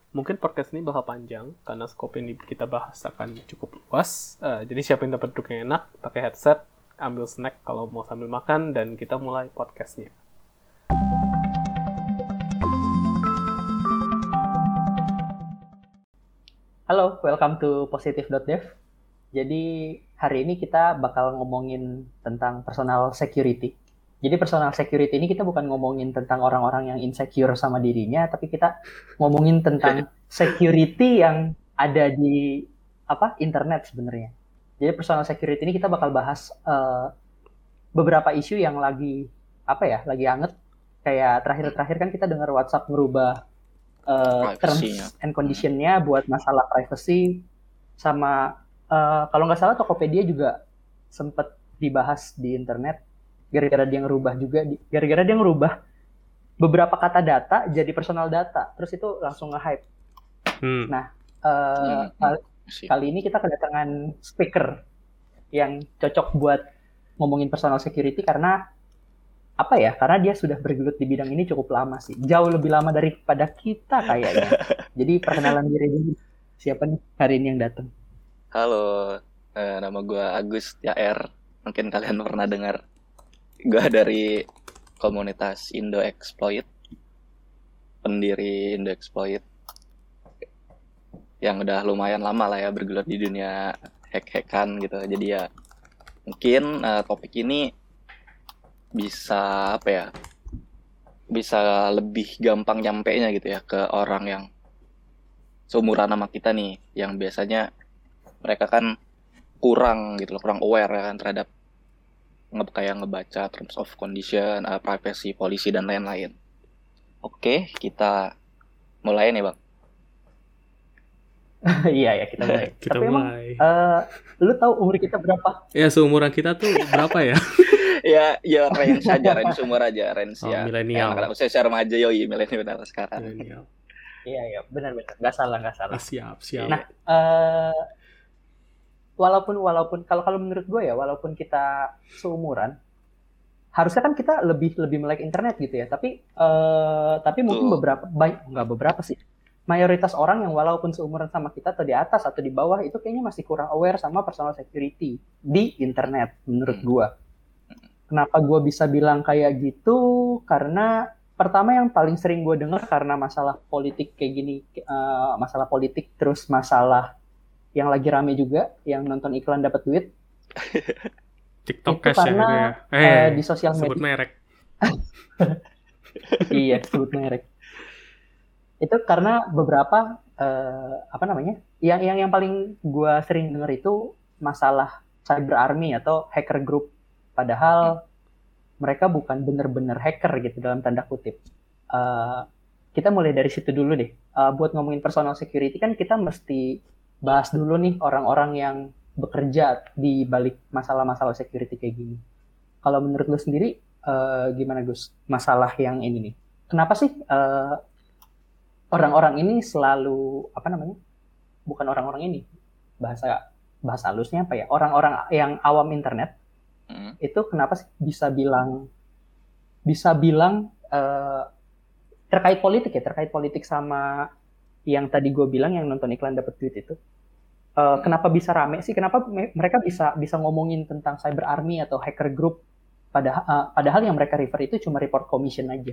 Mungkin podcast ini bakal panjang karena skop yang kita bahas akan cukup luas. Jadi siapin tempat duduk yang enak, pakai headset, ambil snack kalau mau sambil makan, dan kita mulai podcastnya. Halo, welcome to Positive.dev. Jadi hari ini kita bakal ngomongin tentang personal security. Jadi personal security ini kita bukan ngomongin tentang orang-orang yang insecure sama dirinya, tapi kita ngomongin tentang security yang ada di internet sebenarnya. Jadi personal security ini kita bakal bahas beberapa isu yang lagi anget. Kayak terakhir-terakhir kan kita dengar WhatsApp ngerubah terms and condition-nya buat masalah privacy, sama kalau nggak salah Tokopedia juga sempat dibahas di internet gara-gara dia ngerubah beberapa kata data jadi personal data, terus itu langsung nge-hype. Nah, kali ini kita kedatangan speaker yang cocok buat ngomongin personal security karena karena dia sudah bergelut di bidang ini cukup lama sih. Jauh lebih lama daripada kita kayaknya. Jadi perkenalan diri dulu. Siapa nih hari ini yang datang? Halo, nama gue Agus Yaer. Mungkin kalian pernah dengar. Gue dari komunitas Indo Exploit. Pendiri Indo Exploit. Yang udah lumayan lama lah ya bergelut di dunia hack-hackan gitu. Jadi ya mungkin topik ini bisa lebih gampang nyampenya gitu ya ke orang yang seumuran sama kita nih, yang biasanya mereka kan kurang aware ya kan terhadap kayak ngebaca terms of condition, privacy policy dan lain-lain. Oke, kita mulai nih Bang. Iya ya, kita mulai. Tapi mulai. Emang lu tahu umur kita berapa? Ya, seumuran kita tuh berapa ya? ya range umur aja, range ya. Milenial. Anak-anak usia remaja milenial sekarang. Milenial. Iya, benar. Enggak salah. Siap. Nah, walaupun kalau menurut gue ya, walaupun kita seumuran, harusnya kan kita lebih melek internet gitu ya. Tapi mungkin beberapa sih. Mayoritas orang yang walaupun seumuran sama kita atau di atas atau di bawah itu kayaknya masih kurang aware sama personal security di internet menurut gue. Kenapa gue bisa bilang kayak gitu? Karena pertama yang paling sering gue dengar karena masalah politik kayak gini, masalah politik terus masalah yang lagi rame juga, yang nonton iklan dapat duit. TikTok itu karena di sosial media. Sebut merek. Iya, sebut merek. Itu karena beberapa yang paling gue sering dengar itu masalah cyber army atau hacker group. Padahal mereka bukan benar-benar hacker gitu dalam tanda kutip. Kita mulai dari situ dulu deh. Buat ngomongin personal security kan kita mesti bahas dulu nih orang-orang yang bekerja di balik masalah-masalah security kayak gini. Kalau menurut lu sendiri gimana Gus? Masalah yang ini nih. Kenapa sih orang-orang ini selalu bukan orang-orang ini. Bahasa halusnya apa ya? Orang-orang yang awam internet itu kenapa sih bisa bilang terkait politik sama yang tadi gue bilang yang nonton iklan dapat duit itu, kenapa bisa rame sih, kenapa mereka bisa ngomongin tentang cyber army atau hacker group padahal yang mereka refer itu cuma report commission aja.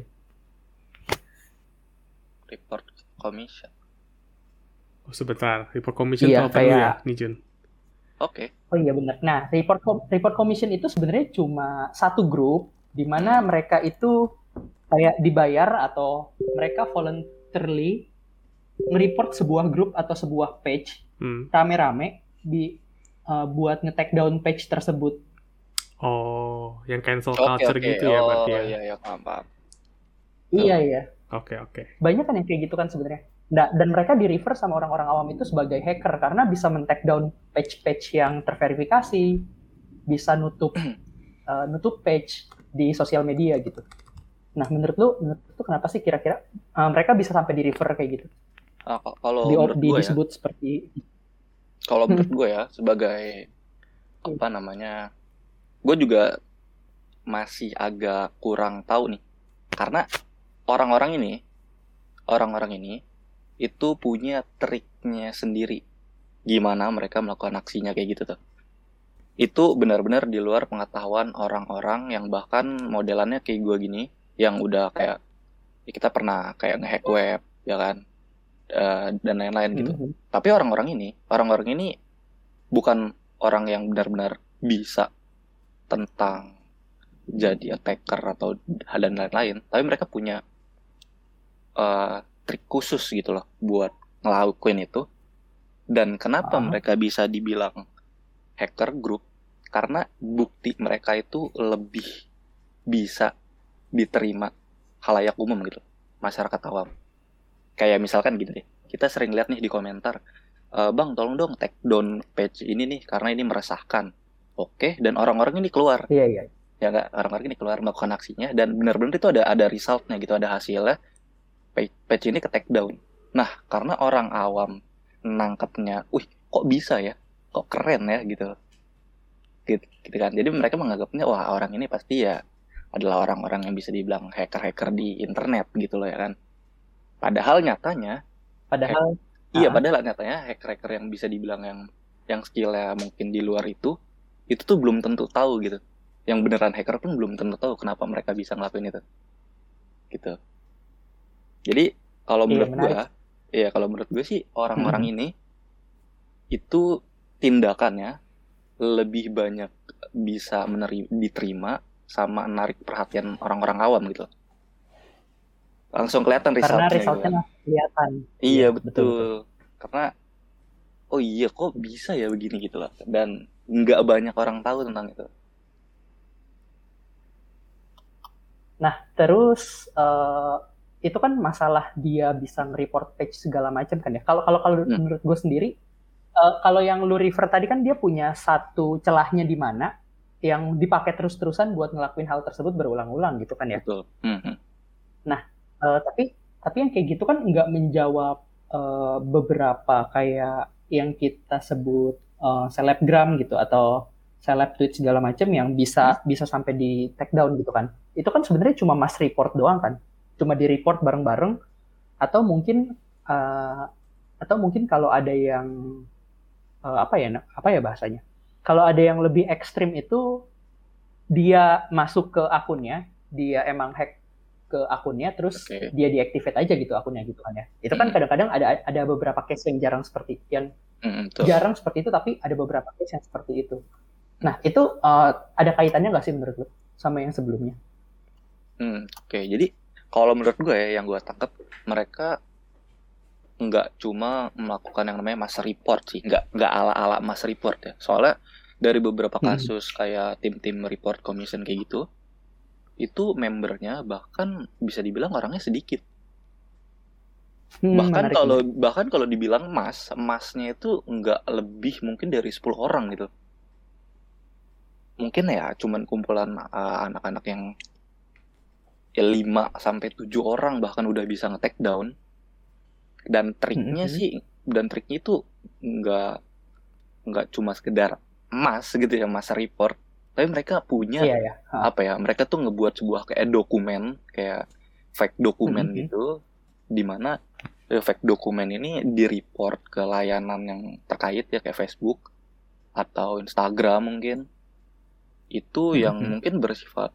Report commission. Sebentar, report commission itu apa dulu ya, Nijun? Oke. Oh iya benar. Nah, report commission itu sebenarnya cuma satu grup di mana mereka itu kayak dibayar atau mereka voluntarily nge-report sebuah grup atau sebuah page rame-rame buat nge-take down page tersebut. Oh, yang cancel culture gitu ya berarti ya. Iya, paham. Iya. Oke. Banyak kan yang kayak gitu kan sebenarnya. Dan mereka di-refer sama orang-orang awam itu sebagai hacker karena bisa men-take down page-page yang terverifikasi, bisa nutup page di sosial media gitu. Nah, menurut lu kenapa sih kira-kira mereka bisa sampai di-refer kayak gitu? Kalau menurut gue disebut seperti. Kalau menurut gue ya, sebagai gue juga masih agak kurang tahu nih, karena orang-orang ini itu punya triknya sendiri gimana mereka melakukan aksinya kayak gitu tuh. Itu benar-benar di luar pengetahuan orang-orang yang bahkan modelannya kayak gue gini, yang udah kayak ya kita pernah kayak ngehack web ya kan, dan lain-lain gitu. Tapi orang-orang ini bukan orang yang benar-benar bisa tentang jadi attacker atau hal dan lain-lain, tapi mereka punya trik khusus gitu loh buat ngelakuin itu. Dan kenapa mereka bisa dibilang hacker group? Karena bukti mereka itu lebih bisa diterima khalayak umum gitu, masyarakat awam. Kayak misalkan gini deh, kita sering lihat nih di komentar, bang tolong dong take down page ini nih karena ini meresahkan. Oke, dan orang-orang ini keluar. Iya. Ya nggak, orang-orang ini keluar melakukan aksinya dan benar-benar itu ada resultnya gitu, ada hasilnya. Page ini ke take down. Nah, karena orang awam nangkepnya, kok bisa ya, kok keren ya gitu kan. Jadi mereka menganggapnya wah orang ini pasti ya adalah orang-orang yang bisa dibilang hacker-hacker di internet gitu loh ya kan. Padahal nyatanya hacker-hacker yang bisa dibilang yang skillnya mungkin di luar itu tuh belum tentu tahu gitu. Yang beneran hacker pun belum tentu tahu kenapa mereka bisa ngelakuin itu gitu. Jadi kalau menurut gue sih orang-orang ini itu tindakannya lebih banyak bisa diterima sama narik perhatian orang-orang awam gitu. Langsung kelihatan resultnya. Karena resultnya gitu. Kelihatan. Iya betul. Karena oh iya kok bisa ya begini gitu loh. Dan nggak banyak orang tahu tentang itu. Nah terus itu kan masalah dia bisa nge-report page segala macam kan ya. Kalau menurut gue sendiri, kalau yang lu refer tadi kan dia punya satu celahnya di mana yang dipakai terus-terusan buat ngelakuin hal tersebut berulang-ulang gitu kan ya. Betul. Nah, tapi yang kayak gitu kan nggak menjawab beberapa kayak yang kita sebut selebgram gitu atau seleb tweet segala macam yang bisa sampai di take down gitu kan. Itu kan sebenarnya cuma mass report doang kan. Cuma di report bareng-bareng atau mungkin kalau ada yang apa ya bahasanya? Kalau ada yang lebih ekstrim itu dia masuk ke akunnya, dia emang hack ke akunnya, terus dia deactivate aja gitu akunnya gitu kan ya. Itu kan kadang-kadang ada beberapa case yang jarang seperti itu, tapi ada beberapa case yang seperti itu. Nah itu ada kaitannya nggak sih menurut lo sama yang sebelumnya? Jadi kalau menurut gue ya, yang gue tangkap mereka nggak cuma melakukan yang namanya mass report sih, nggak ala-ala mass report ya. Soalnya dari beberapa kasus kayak tim-tim report commission kayak gitu, itu membernya bahkan bisa dibilang orangnya sedikit. Bahkan kalau dibilang masnya itu nggak lebih mungkin dari 10 orang gitu. Mungkin ya cuman kumpulan anak-anak yang ya 5-7 orang bahkan udah bisa nge-take down. Dan triknya itu nggak cuma sekedar gitu ya, mass report, tapi mereka punya mereka tuh ngebuat sebuah kayak dokumen, kayak fake dokumen gitu, di mana fake dokumen ini di-report ke layanan yang terkait ya, kayak Facebook atau Instagram mungkin. Itu yang mungkin bersifat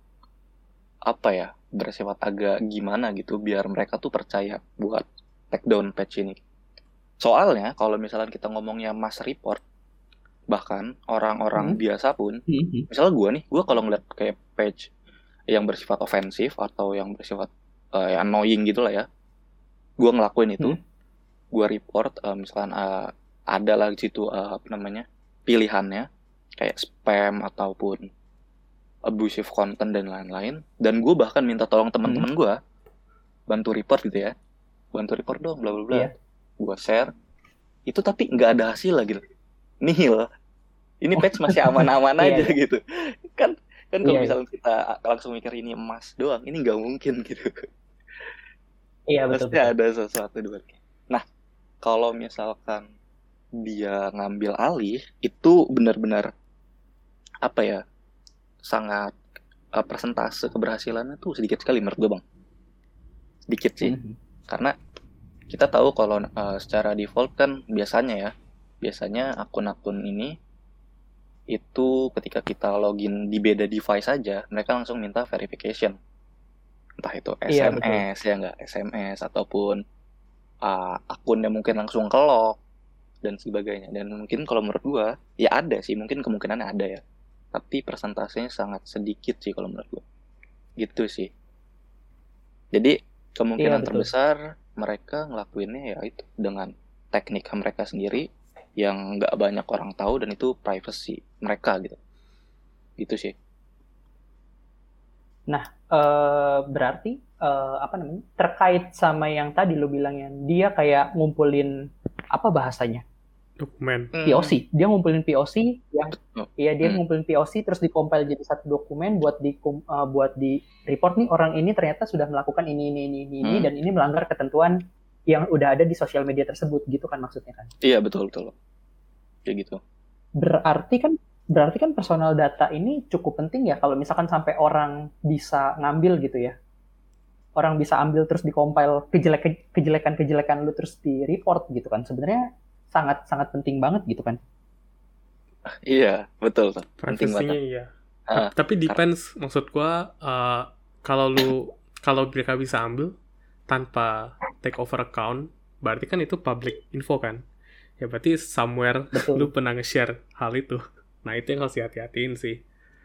agak gimana gitu, biar mereka tuh percaya buat take down page ini. Soalnya kalau misalnya kita ngomongnya mass report, bahkan orang-orang biasa pun, misalnya gue kalau ngeliat kayak page yang bersifat ofensif atau yang bersifat annoying gitu lah ya, gue ngelakuin itu, gue report, misalnya ada lah di situ pilihannya kayak spam ataupun abusive content dan lain-lain, dan gue bahkan minta tolong teman-teman gue bantu report gitu ya, bantu report dong bla bla bla. Gue share itu tapi nggak ada hasil lagi, nihil. Ini page masih aman-aman aja gitu kan kalau misalnya kita langsung mikir ini emas doang, ini nggak mungkin gitu. Pasti ada sesuatu di balik. Nah kalau misalkan dia ngambil alih, itu benar-benar sangat persentase keberhasilannya tuh sedikit sekali menurut gue bang, dikit sih. Karena kita tahu kalau secara default kan biasanya akun-akun ini itu ketika kita login di beda device saja, mereka langsung minta verification. Entah itu Iya, SMS ya nggak, SMS ataupun akunnya mungkin langsung ke lock dan sebagainya. Dan mungkin kalau menurut gua ya ada sih, mungkin kemungkinannya ada ya. Tapi persentasenya sangat sedikit sih kalau menurut gua. Gitu sih. Jadi kemungkinan Iya, betul. terbesar mereka ngelakuinnya ya itu dengan teknik mereka sendiri yang nggak banyak orang tahu dan itu privacy mereka gitu sih. Nah, berarti apa namanya, terkait sama yang tadi lo bilangnya, dia kayak ngumpulin apa bahasanya? Dokumen. POC. Dia ngumpulin POC yang dia Hmm. ngumpulin POC terus dikompil jadi satu dokumen buat di report nih orang ini ternyata sudah melakukan ini dan ini melanggar ketentuan yang udah ada di sosial media tersebut gitu kan maksudnya kan. Iya, betul. Kayak gitu. Berarti kan personal data ini cukup penting ya kalau misalkan sampai orang bisa ngambil gitu ya. Orang bisa ambil terus dikompil kejelekan lu terus di report gitu kan. Sebenarnya sangat penting banget gitu kan. Iya, betul tuh. Penting Privasinya banget. iya. Tapi depends, maksud gua kalau mereka bisa ambil tanpa take over account, berarti kan itu public info kan. Ya berarti somewhere Betul. lu pernah nge-share hal itu. Nah, itu yang harus hati-hatiin sih.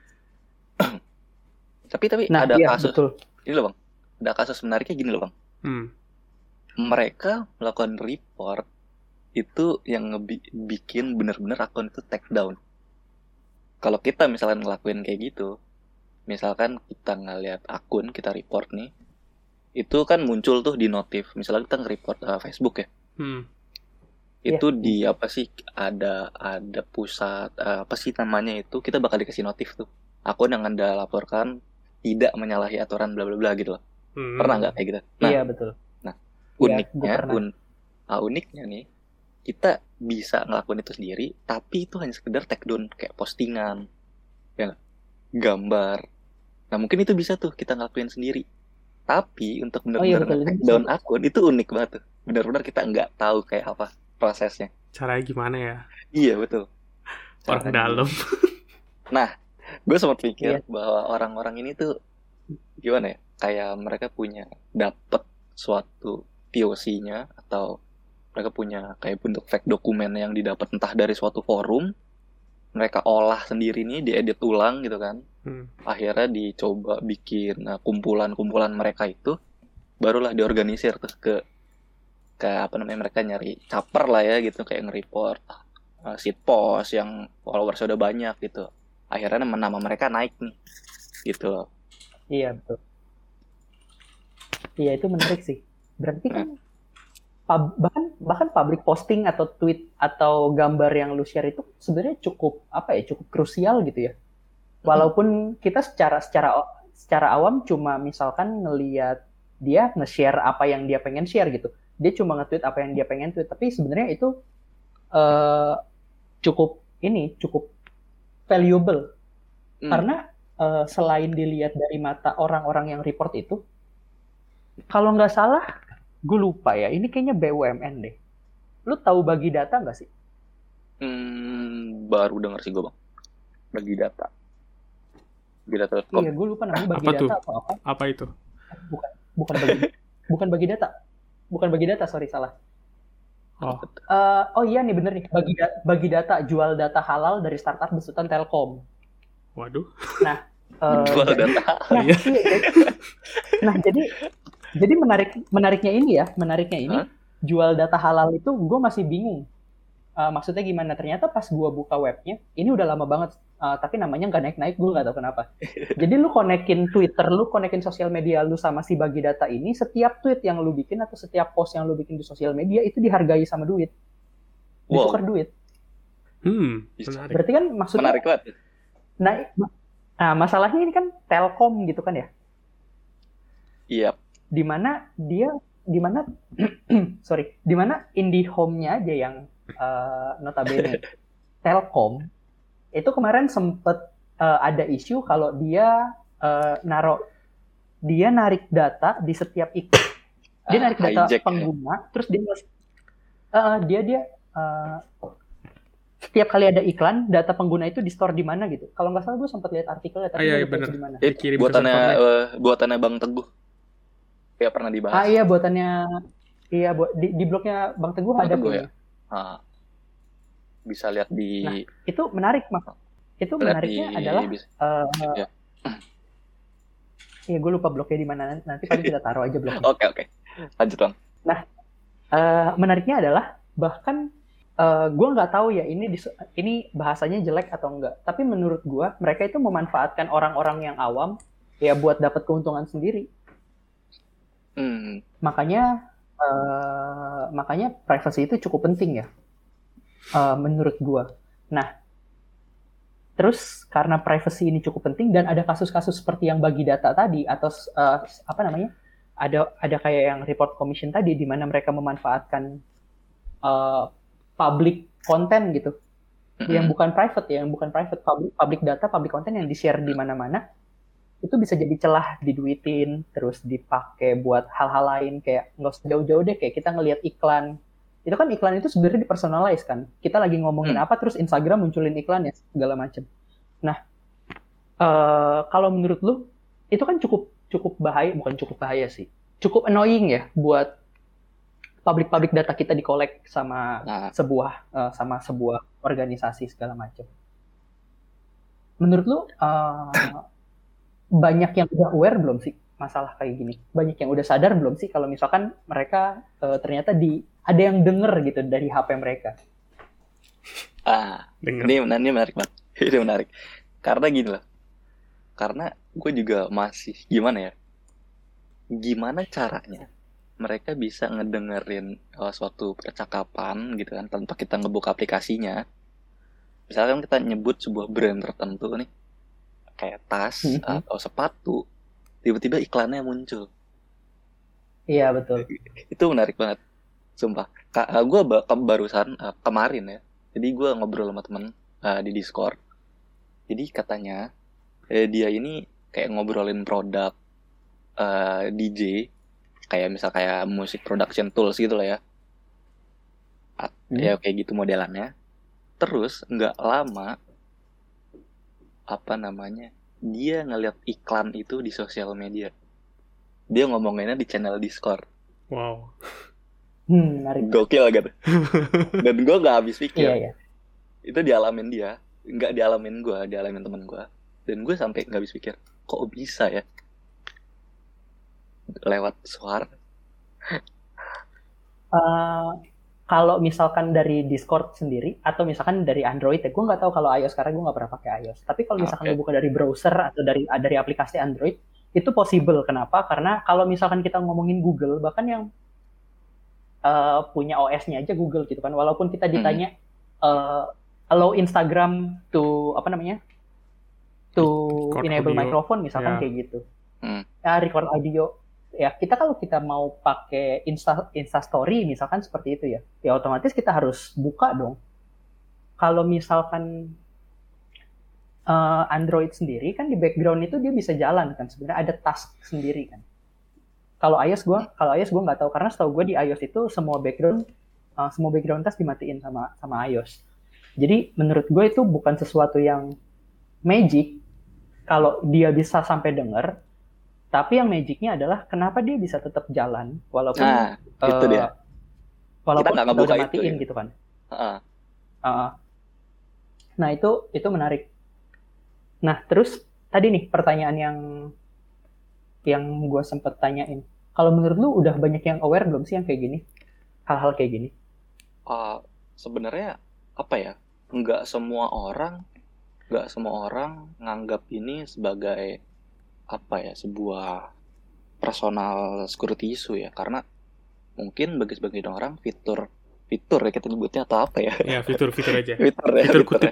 Tapi Nah, ada iya, kasus betul. ini loh, Bang. Ada kasus menariknya gini loh, Bang. Mereka melakukan report itu yang bikin benar-benar akun itu take down. Kalau kita misalkan ngelakuin kayak gitu, misalkan kita ngeliat akun, kita report nih, itu kan muncul tuh di notif. Misalnya kita nge-report Facebook ya. Itu di apa sih, ada pusat apa sih namanya itu, kita bakal dikasih notif tuh. Akun yang Anda laporkan tidak menyalahi aturan bla bla bla gitu loh. Pernah nggak kayak gitu? Nah, Iya, betul. Nah, Iya, uniknya nih, kita bisa ngelakuin itu sendiri, tapi itu hanya sekedar take down kayak postingan, ya nggak? Gambar. Nah, mungkin itu bisa tuh kita ngelakuin sendiri. Tapi untuk benar-benar take down akun itu unik banget tuh. Benar-benar kita nggak tahu kayak apa prosesnya. Caranya gimana ya? Iya, betul. Orang dalam. Nah, gue sempat pikir bahwa orang-orang ini tuh gimana ya? Kayak mereka dapat suatu POC-nya atau mereka punya kayak bentuk fake dokumen yang didapat entah dari suatu forum, mereka olah sendiri nih, diedit ulang gitu kan. Akhirnya dicoba bikin kumpulan-kumpulan mereka itu, barulah diorganisir tuh ke apa namanya, mereka nyari caper lah ya gitu, kayak nge-report seed post yang followersnya udah banyak gitu. Akhirnya nama mereka naik nih gitu loh. Iya, betul. Iya, itu menarik sih. Berarti kan bahkan public posting atau tweet atau gambar yang lu share itu sebenarnya cukup krusial gitu ya. Walaupun kita secara awam cuma misalkan ngelihat dia nge-share apa yang dia pengen share gitu. Dia cuma nge-tweet apa yang dia pengen tweet, tapi sebenarnya itu cukup valuable. Karena selain dilihat dari mata orang-orang yang report itu, kalau nggak salah, gue lupa ya, ini kayaknya BUMN deh. Lu tahu bagi data nggak sih? Baru dengar sih gue, Bang. Bagi data. Bagidata.com. Iya, gue lupa namanya bagi data atau apa. Apa itu? Bukan bagi data. Bukan bagi data, sorry, salah. Oh iya nih, bener nih. Bagi data, jual data halal dari startup besutan Telkom. Waduh. Nah, jual data. Nah, jadi menariknya ini, jual data halal itu gue masih bingung. Maksudnya gimana? Ternyata pas gue buka webnya, ini udah lama banget, tapi namanya nggak naik-naik, gue nggak tahu kenapa. Jadi lu konekin Twitter, lu konekin sosial media lu sama si bagi data ini, setiap tweet yang lu bikin atau setiap post yang lu bikin di sosial media itu dihargai sama duit, ditukar duit. Menarik. Berarti kan maksudnya menarik banget. Nah, masalahnya ini kan Telkom gitu kan ya? Iya. Dimana IndiHome-nya aja yang notabene Telkom itu kemarin sempet ada isu kalau dia narik data di setiap Dia narik data hijack, pengguna, terus dia setiap kali ada iklan, data pengguna itu di store di mana gitu. Kalau nggak salah gue sempat lihat artikelnya, tapi gue lupa bener. di mana. Dikirim ke buatannya servernya. buatannya Bang Teguh. Ya pernah dibahas. Iya buatannya, di blognya Bang Teguh Bang ada Teguh ya. kayaknya. Bisa lihat di. Nah, itu menarik Mas. Itu menariknya adalah ya. Iya, gue lupa blognya di mana. Nanti paling kita taruh aja blognya. Oke. Lanjut Bang. Nah, menariknya adalah bahkan gue nggak tahu ya ini bahasanya jelek atau enggak. Tapi menurut gue mereka itu memanfaatkan orang-orang yang awam ya buat dapat keuntungan sendiri. Makanya privacy itu cukup penting ya, menurut gue. Nah, terus karena privacy ini cukup penting dan ada kasus-kasus seperti yang bagi data tadi atau ada kayak yang report commission tadi di mana mereka memanfaatkan public content gitu, yang bukan private public data, public content yang di-share di mana-mana, itu bisa jadi celah diduitin, terus dipakai buat hal-hal lain, kayak nggak usah jauh-jauh deh, kayak kita ngelihat iklan. Itu kan iklan itu sebenarnya dipersonalize kan. Kita lagi ngomongin apa, terus Instagram munculin iklan ya, segala macam. Nah, kalau menurut lu, itu kan cukup bahaya, bukan cukup bahaya sih. Cukup annoying ya buat public data kita dikolek sama sebuah organisasi segala macam. Menurut lu banyak yang udah aware belum sih masalah kayak gini? Banyak yang udah sadar belum sih kalau misalkan mereka ternyata ada yang denger gitu dari HP mereka? Ini menarik banget. Ini menarik. Karena gini lah. Karena gue juga masih gimana caranya mereka bisa ngedengerin suatu percakapan gitu kan tanpa kita ngebuka aplikasinya. Misalkan kita nyebut sebuah brand tertentu nih, kayak tas atau sepatu, tiba-tiba iklannya muncul. Iya betul. Itu menarik banget, sumpah. Gue barusan kemarin ya, jadi gue ngobrol sama temen di Discord. Jadi katanya dia ini kayak ngobrolin produk DJ, kayak misal kayak music production tools gitu lah ya. Ya kayak gitu modelannya. Terus nggak lama dia ngeliat iklan itu di sosial media. Dia ngomonginnya di channel Discord. Wow. Gokil gitu. Dan gue nggak habis pikir. Iya. Itu dialamin dia, nggak dialamin gue, dialamin temen gue. Dan gue sampai nggak habis pikir, kok bisa ya? Lewat suara. Kalau misalkan dari Discord sendiri atau misalkan dari Android ya, gue nggak tahu kalau iOS karena gue nggak pernah pakai iOS. Tapi kalau misalkan lo buka dari browser atau dari aplikasi Android, itu possible. Kenapa? Karena kalau misalkan kita ngomongin Google, bahkan yang punya OS-nya aja Google gitu kan, walaupun kita ditanya allow Instagram to enable audio, microphone misalkan kayak gitu, record audio. Ya kita kalau kita mau pakai Insta Story misalkan seperti itu ya otomatis kita harus buka dong. Kalau misalkan Android sendiri kan di background itu dia bisa jalan kan, sebenarnya ada task sendiri kan. Kalau iOS gue nggak tahu, karena setahu gue di iOS itu semua background task dimatiin sama iOS. Jadi menurut gue itu bukan sesuatu yang magic kalau dia bisa sampai denger. Tapi yang magicnya adalah kenapa dia bisa tetap jalan walaupun itu dia. Walaupun kita udah matiin gitu kan. Nah itu menarik. Nah terus tadi nih pertanyaan yang gue sempet tanyain. Kalau menurut lu udah banyak yang aware belum sih yang kayak gini? Hal-hal kayak gini? Sebenarnya apa ya? Nggak semua orang nganggap ini sebagai sebuah personal security issue ya, karena mungkin bagi sebagian orang fitur ya kita nyebutnya atau apa ya? Ya fitur aja. Fitur kutip.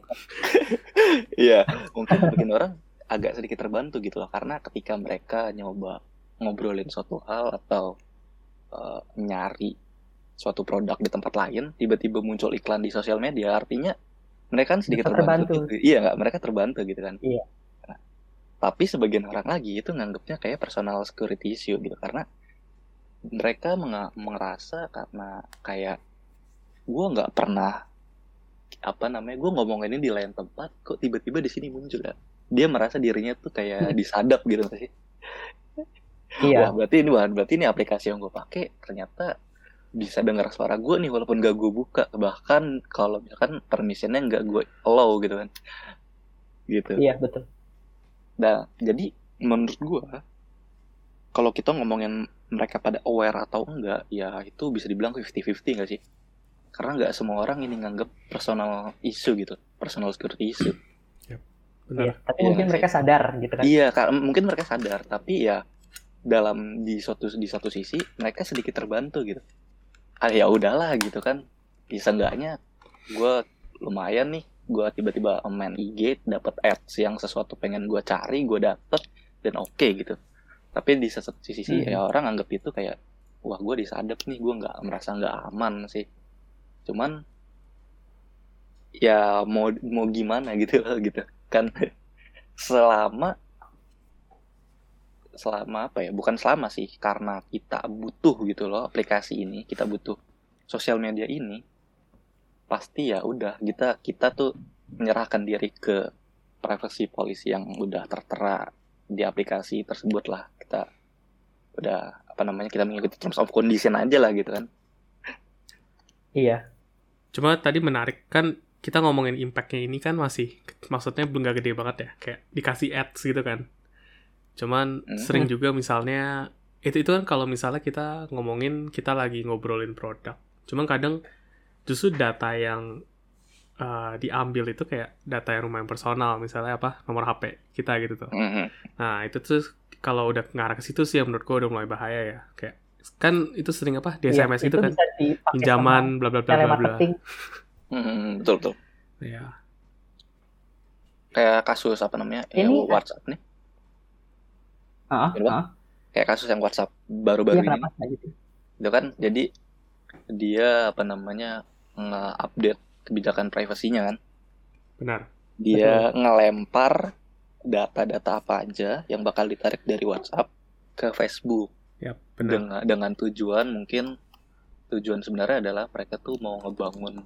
Iya, mungkin sebagian orang agak sedikit terbantu gitu loh, karena ketika mereka nyoba ngobrolin suatu hal atau nyari suatu produk di tempat lain, tiba-tiba muncul iklan di sosial media, artinya mereka kan sedikit terbantu. Gitu. Iya nggak? Mereka terbantu gitu kan? Iya. Tapi sebagian orang lagi itu nganggapnya kayak personal security issue gitu, karena mereka merasa karena kayak gue nggak pernah gue ngomongin ini di lain tempat kok tiba-tiba di sini muncul ya. Dia merasa dirinya tuh kayak disadap gitu sih. Iya. Berarti ini aplikasi yang gue pakai ternyata bisa dengar suara gue nih walaupun gak gue buka, bahkan kalau misalkan permissionnya nggak gue allow gitu kan, gitu. Iya betul. Nah jadi menurut gue kalau kita ngomongin mereka pada aware atau enggak, ya itu bisa dibilang 50-50 nggak sih? Karena nggak semua orang ini nganggap personal issue gitu, personal security issue. Benar. Iya, tapi mungkin mereka sadar gitu kan. Iya, mungkin mereka sadar, tapi ya di satu sisi mereka sedikit terbantu gitu. Ya udahlah gitu kan. Bisa enggaknya gue lumayan nih, gue tiba-tiba main IG dapat ads yang sesuatu pengen gue cari, gue dapet dan oke gitu. Tapi di satu sisi ya orang anggap itu kayak wah gue disadap nih, gue merasa nggak aman sih. Cuman ya mau gimana gitu loh gitu kan. selama apa ya, bukan selama sih, karena kita butuh gitu loh aplikasi ini, kita butuh sosial media ini, pasti ya udah kita tuh menyerahkan diri ke privacy policy yang udah tertera di aplikasi tersebut lah. Kita udah kita mengikuti terms of condition aja lah gitu kan. Iya. Cuma tadi menarik kan, kita ngomongin impact-nya ini kan maksudnya belum gak gede banget ya, kayak dikasih ads gitu kan. Cuman sering juga misalnya itu kan kalau misalnya kita ngomongin, kita lagi ngobrolin produk. Cuman kadang justru data yang diambil itu kayak data yang lumayan personal, misalnya nomor HP kita gitu tuh. Nah itu tuh kalau udah ngarah ke situ sih yang menurut gue udah mulai bahaya ya. Kayak kan itu sering di SMS itu kan pinjaman bla bla bla bla bla. Betul. Iya. Kayak kasus WhatsApp nih. Kayak kasus yang WhatsApp baru-baru ini. Gitu? Itu kan jadi dia nge-update kebijakan privasinya kan. Benar. Dia ngelempar data-data apa aja yang bakal ditarik dari WhatsApp ke Facebook. Ya, benar. Dengan tujuan sebenarnya adalah mereka tuh mau ngebangun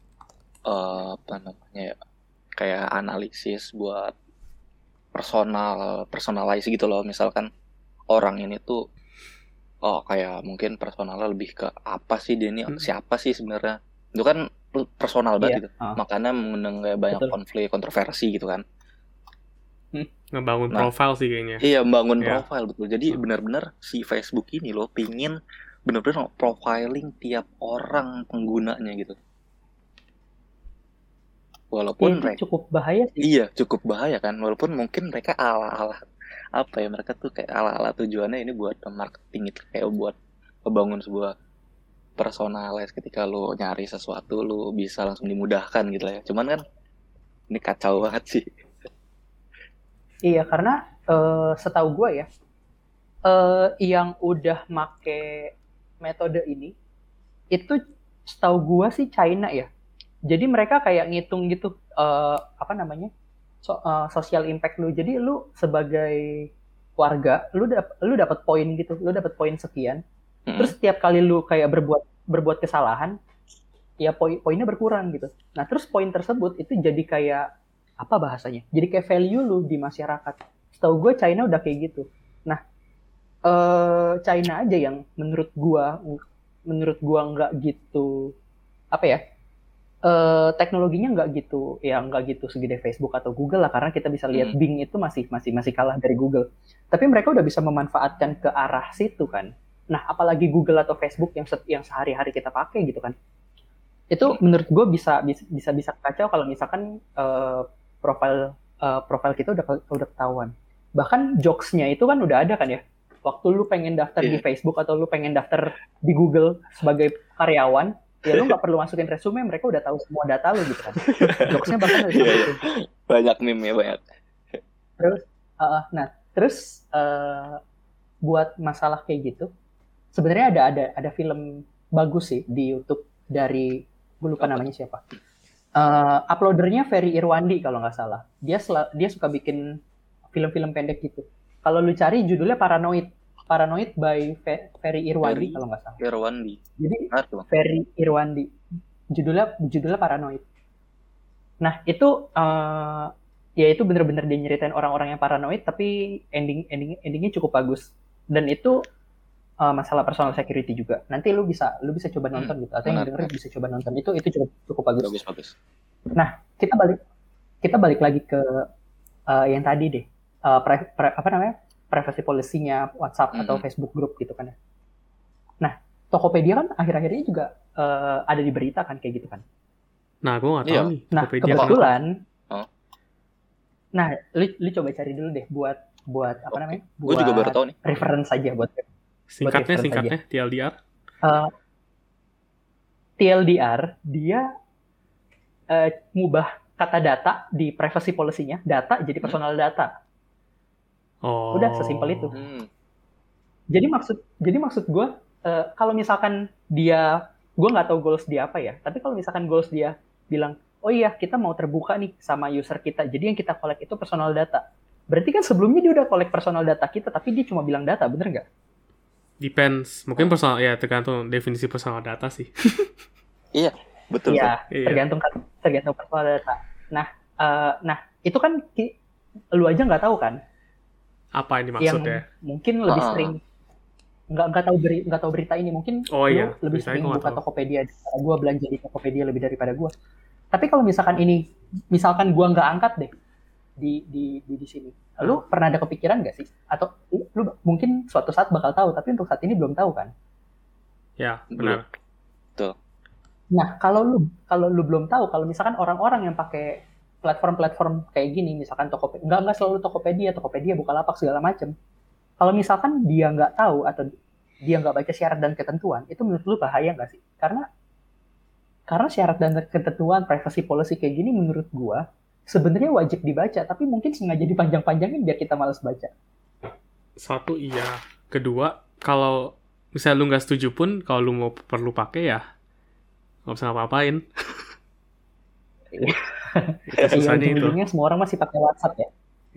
kayak analisis buat personalize gitu loh. Misalkan orang ini tuh kayak mungkin personalnya lebih ke apa sih dia ini, siapa sih sebenarnya. Itu kan personal banget gitu. Makanya mengundang kayak banyak konflik, kontroversi gitu kan. Ngebangun profile sih kayaknya. Iya, membangun profile betul. Jadi benar-benar si Facebook ini loh pingin benar-benar profiling tiap orang penggunanya gitu. Walaupun mereka cukup bahaya sih. Iya, cukup bahaya kan. Walaupun mungkin mereka ala-ala mereka tuh kayak ala-ala tujuannya ini buat marketing itu, kayak buat membangun sebuah personalize. Ketika lo nyari sesuatu lo bisa langsung dimudahkan gitu lah ya. Cuman kan ini kacau banget sih. Iya, karena setahu gue ya, yang udah make metode ini itu setahu gue sih China ya. Jadi mereka kayak ngitung gitu social impact lu. Jadi lu sebagai warga, lu dapat poin gitu, lu dapat poin sekian. Terus setiap kali lu kayak berbuat kesalahan, ya poinnya berkurang gitu. Nah, terus poin tersebut itu jadi kayak apa bahasanya? Jadi kayak value lu di masyarakat. Setahu gue China udah kayak gitu. Nah, China aja yang menurut gua nggak gitu teknologinya nggak gitu segede Facebook atau Google lah, karena kita bisa lihat Bing itu masih kalah dari Google. Tapi mereka udah bisa memanfaatkan ke arah situ kan. Nah, apalagi Google atau Facebook yang sehari-hari kita pakai gitu kan. Itu menurut gue bisa kacau kalau misalkan profil kita udah ketahuan. Bahkan jokes-nya itu kan udah ada kan ya. Waktu lu pengen daftar di Facebook atau lu pengen daftar di Google sebagai karyawan, ya lu nggak perlu masukin resume, mereka udah tahu semua data lu gitu kan. Jokesnya bahkan ada itu. Banyak meme ya, banyak. Terus buat masalah kayak gitu, sebenarnya ada film bagus sih di YouTube dari gue lupa namanya siapa. Uploadernya Ferry Irwandi kalau nggak salah. Dia suka bikin film-film pendek gitu. Kalau lu cari judulnya Paranoid. Paranoid by Ferry Irwandi kalau nggak salah. Irwandi. Jadi Tuh. Ferry Irwandi. Judulnya Paranoid. Nah, itu ya itu bener-bener dia nyeritain orang-orang yang paranoid, tapi endingnya cukup bagus. Dan itu masalah personal security juga. Nanti lu bisa coba nonton gitu, atau yang denger bisa coba nonton. Itu cukup bagus. Bagus. Nah, kita balik lagi ke yang tadi deh. Privacy policy-nya WhatsApp atau Facebook group gitu kan ya. Nah, Tokopedia kan akhir-akhir ini juga ada di berita kan kayak gitu kan. Nah, gue nggak tahu nih. Nah, Tokopedia kebetulan. Nah, lu coba cari dulu deh buat apa namanya? Gue juga baru tahu nih. Reference aja buat singkatnya TLDR. TLDR dia ngubah kata data di privacy policy-nya, data jadi personal data. Oh. Udah sesimpel itu. Jadi maksud gue kalau misalkan gue nggak tahu goals dia apa ya, tapi kalau misalkan goals dia bilang, oh iya kita mau terbuka nih sama user kita, jadi yang kita collect itu personal data. Berarti kan sebelumnya dia udah collect personal data kita, tapi dia cuma bilang data, bener nggak? Depends, mungkin personal ya tergantung definisi personal data sih. Iya, betul. Iya, tergantung personal data. Nah itu kan lu aja nggak tahu kan? Apa ini maksudnya? Yang mungkin lebih sering nggak tahu berita ini, mungkin lebih sering buka Tokopedia. Gue belanja di Tokopedia lebih daripada gue. Tapi kalau misalkan gue nggak angkat deh di sini, lu pernah ada kepikiran nggak sih? Atau lu mungkin suatu saat bakal tahu, tapi untuk saat ini belum tahu kan? Ya, benar. Tuh. Nah, kalau lu belum tahu, kalau misalkan orang-orang yang pakai platform-platform kayak gini, misalkan Tokopedia, nggak selalu Tokopedia, Bukalapak segala macam. Kalau misalkan dia nggak tahu atau dia nggak baca syarat dan ketentuan, itu menurut lu bahaya nggak sih? Karena syarat dan ketentuan privacy policy kayak gini menurut gua sebenarnya wajib dibaca, tapi mungkin sengaja dipanjang-panjangin biar kita malas baca. Satu, iya. Kedua, kalau misalnya lu nggak setuju pun, kalau lu mau perlu pakai ya nggak bisa ngapa-ngapain. Susahnya itu. Semua orang masih pakai WhatsApp ya.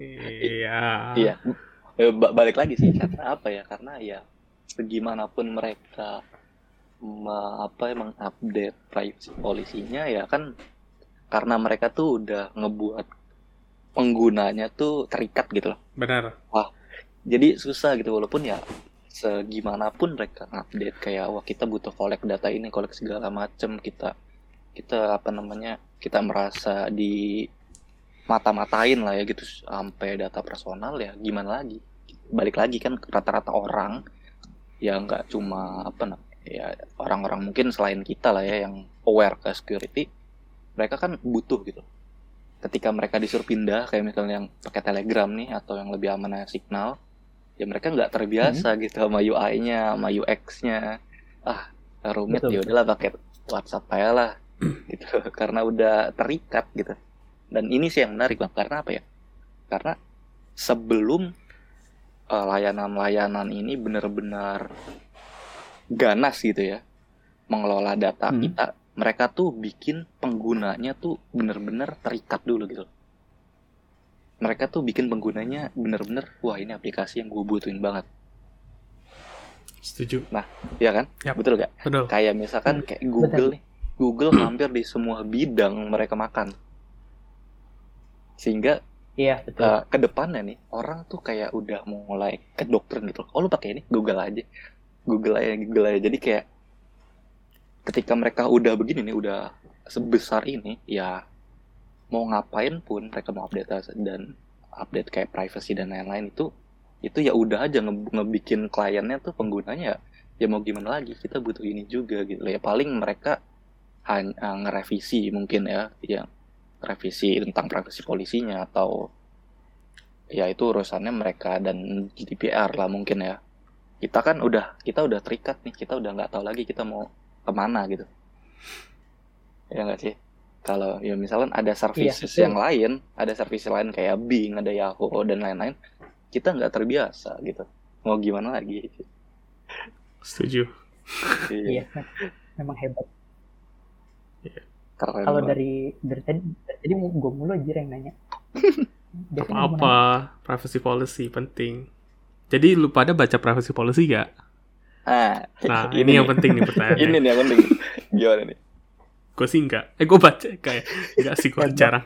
Iya. Balik lagi sih, karena apa ya? Karena ya segimanapun mereka mengupdate privacy policy-nya ya kan, karena mereka tuh udah ngebuat penggunanya tuh terikat gitu loh. Benar. Wah, jadi susah gitu, walaupun ya segimanapun mereka update kayak wah kita butuh collect data ini, collect segala macam, kita kita merasa di mata-matain lah ya gitu sampai data personal, ya gimana lagi? Balik lagi kan rata-rata orang ya nggak cuma ya orang-orang mungkin selain kita lah ya yang aware ke security, mereka kan butuh gitu. Ketika mereka disuruh pindah kayak misalnya yang pakai Telegram nih atau yang lebih amannya Signal, ya mereka nggak terbiasa gitu sama UI-nya, sama UX-nya. Rumit, ya udahlah pakai WhatsApp aja lah gitu karena udah terikat gitu. Dan ini sih yang menarik Bang, karena apa ya? Karena sebelum layanan-layanan ini benar-benar ganas gitu ya mengelola data kita, mereka tuh bikin penggunanya tuh benar-benar terikat dulu gitu. Mereka tuh bikin penggunanya benar-benar, wah ini aplikasi yang gue butuhin banget. Setuju. Nah, iya kan? Yep. Betul gak? Betul. Kayak misalkan kayak Google nih. Google hampir di semua bidang mereka makan. Sehingga ke depannya nih, orang tuh kayak udah mulai ke dokter gitu. Oh lu pakai ini? Google aja. Jadi kayak ketika mereka udah begini nih, udah sebesar ini, ya mau ngapain pun mereka mau update dan update kayak privacy dan lain-lain itu ya udah aja ngebikin kliennya tuh penggunanya ya mau gimana lagi, kita butuh ini juga gitu ya. Paling mereka hanya ngerevisi mungkin ya revisi tentang privacy polisinya, atau ya itu urusannya mereka dan GDPR lah mungkin ya. Kita udah terikat nih, kita udah nggak tahu lagi kita mau kemana gitu ya nggak sih? Kalau ya misalkan ada services yang lain, ada service lain kayak Bing, ada Yahoo dan lain-lain, kita nggak terbiasa gitu. Mau gimana lagi? Setuju. Iya, memang hebat. Keren. Kalau dari tadi gue mulu aja yang nanya. Apa privacy policy penting. Jadi lu pada baca privacy policy gak? Nah, ini yang penting nih pertanyaannya. Ini nih yang penting. Gimana nih? Gue sih enggak. Gue baca kayak enggak sih, gue jarang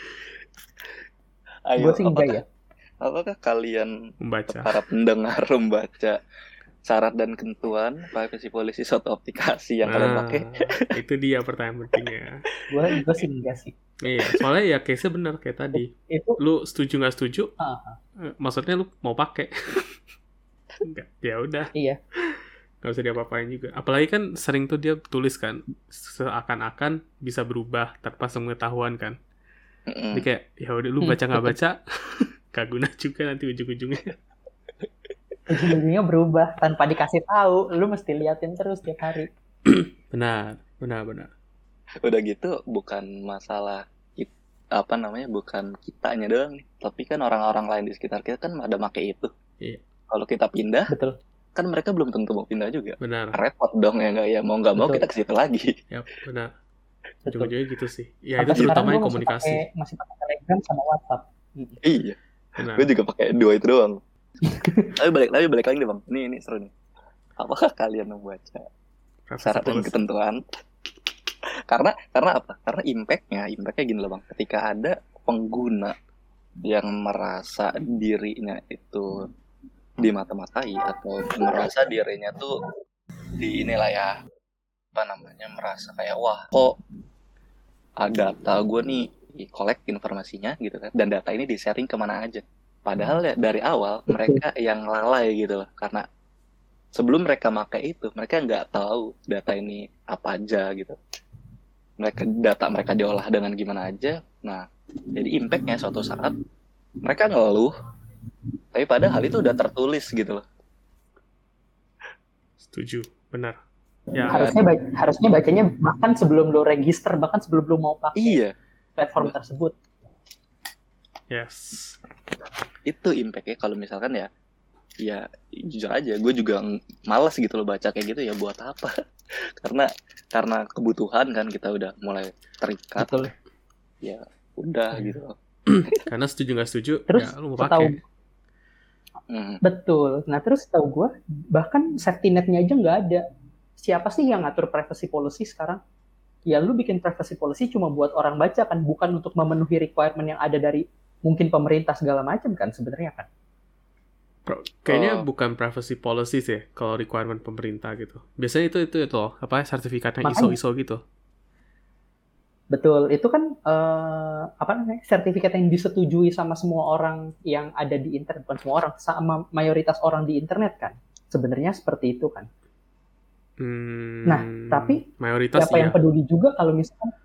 Gue sih enggak ya. Apakah kalian membaca. para pendengar membaca syarat dan ketentuan privacy policy suatu aplikasi yang kalian pakai? Itu dia pertanyaan pentingnya. Gue sih enggak sih. Iya, soalnya ya case-nya benar kayak tadi. Itu Lu setuju nggak setuju? Maksudnya lu mau pakai? Enggak, ya udah. Iya. Nggak usah diapa-apain juga. Apalagi kan sering tuh dia tulis kan, seakan-akan bisa berubah tanpa pengetahuan kan. Jadi kayak ya udah lu baca nggak baca, gak guna juga nanti ujung-ujungnya. Ujung-ujungnya berubah tanpa dikasih tahu. Lu mesti liatin terus tiap hari. Benar. Udah gitu bukan masalah bukan kitanya doang nih, tapi kan orang-orang lain di sekitar kita kan ada make itu. Iya. Kalau kita pindah, betul. Kan mereka belum tentu mau pindah juga. Benar. Repot dong ya nggak ya, mau nggak mau kita ke situ lagi. Yap, benar. Ujung-ujungnya gitu sih. Ya sampai itu terutama yang komunikasi. Masih pakai Telegram sama WhatsApp. Iya. Gue juga pakai 2 itu doang. Tapi balik lagi nih bang. Ini seru nih. Apakah kalian membaca syarat dan ketentuan? Karena apa? Karena impactnya gini loh bang. Ketika ada pengguna yang merasa dirinya itu dimata-matai atau merasa dirinya tuh di inilah ya merasa kayak wah kok ada data gue nih collect informasinya gitu kan, dan data ini di-sharing kemana aja, padahal ya dari awal mereka yang lalai gitu loh, karena sebelum mereka pakai itu mereka nggak tahu data ini apa aja gitu, data mereka diolah dengan gimana aja. Nah jadi impactnya suatu saat mereka ngeluh tapi padahal itu udah tertulis gitu loh. Setuju, benar. Ya, harusnya bacanya bahkan sebelum lo register, bahkan sebelum lo mau pakai platform tersebut. Yes. Itu impactnya kalau misalkan ya jujur aja gue juga malas gitu loh baca kayak gitu, ya buat apa? karena kebutuhan kan kita udah mulai terikat. Betul. Ya udah gitu loh. Karena setuju nggak setuju, terus ya lu mau pakai. Betul. Nah terus tahu gue bahkan safety net-nya aja nggak ada. Siapa sih yang ngatur privacy policy sekarang? Ya lu bikin privacy policy cuma buat orang baca kan, bukan untuk memenuhi requirement yang ada dari mungkin pemerintah segala macam kan sebenarnya kan. Kayaknya bukan privacy policy sih kalau requirement pemerintah gitu. Biasanya itu apa sertifikatnya ISO gitu. Betul, itu kan sertifikat yang disetujui sama semua orang yang ada di internet, bukan semua orang, sama mayoritas orang di internet kan. Sebenarnya seperti itu kan. Nah, tapi mayoritas siapa yang peduli juga kalau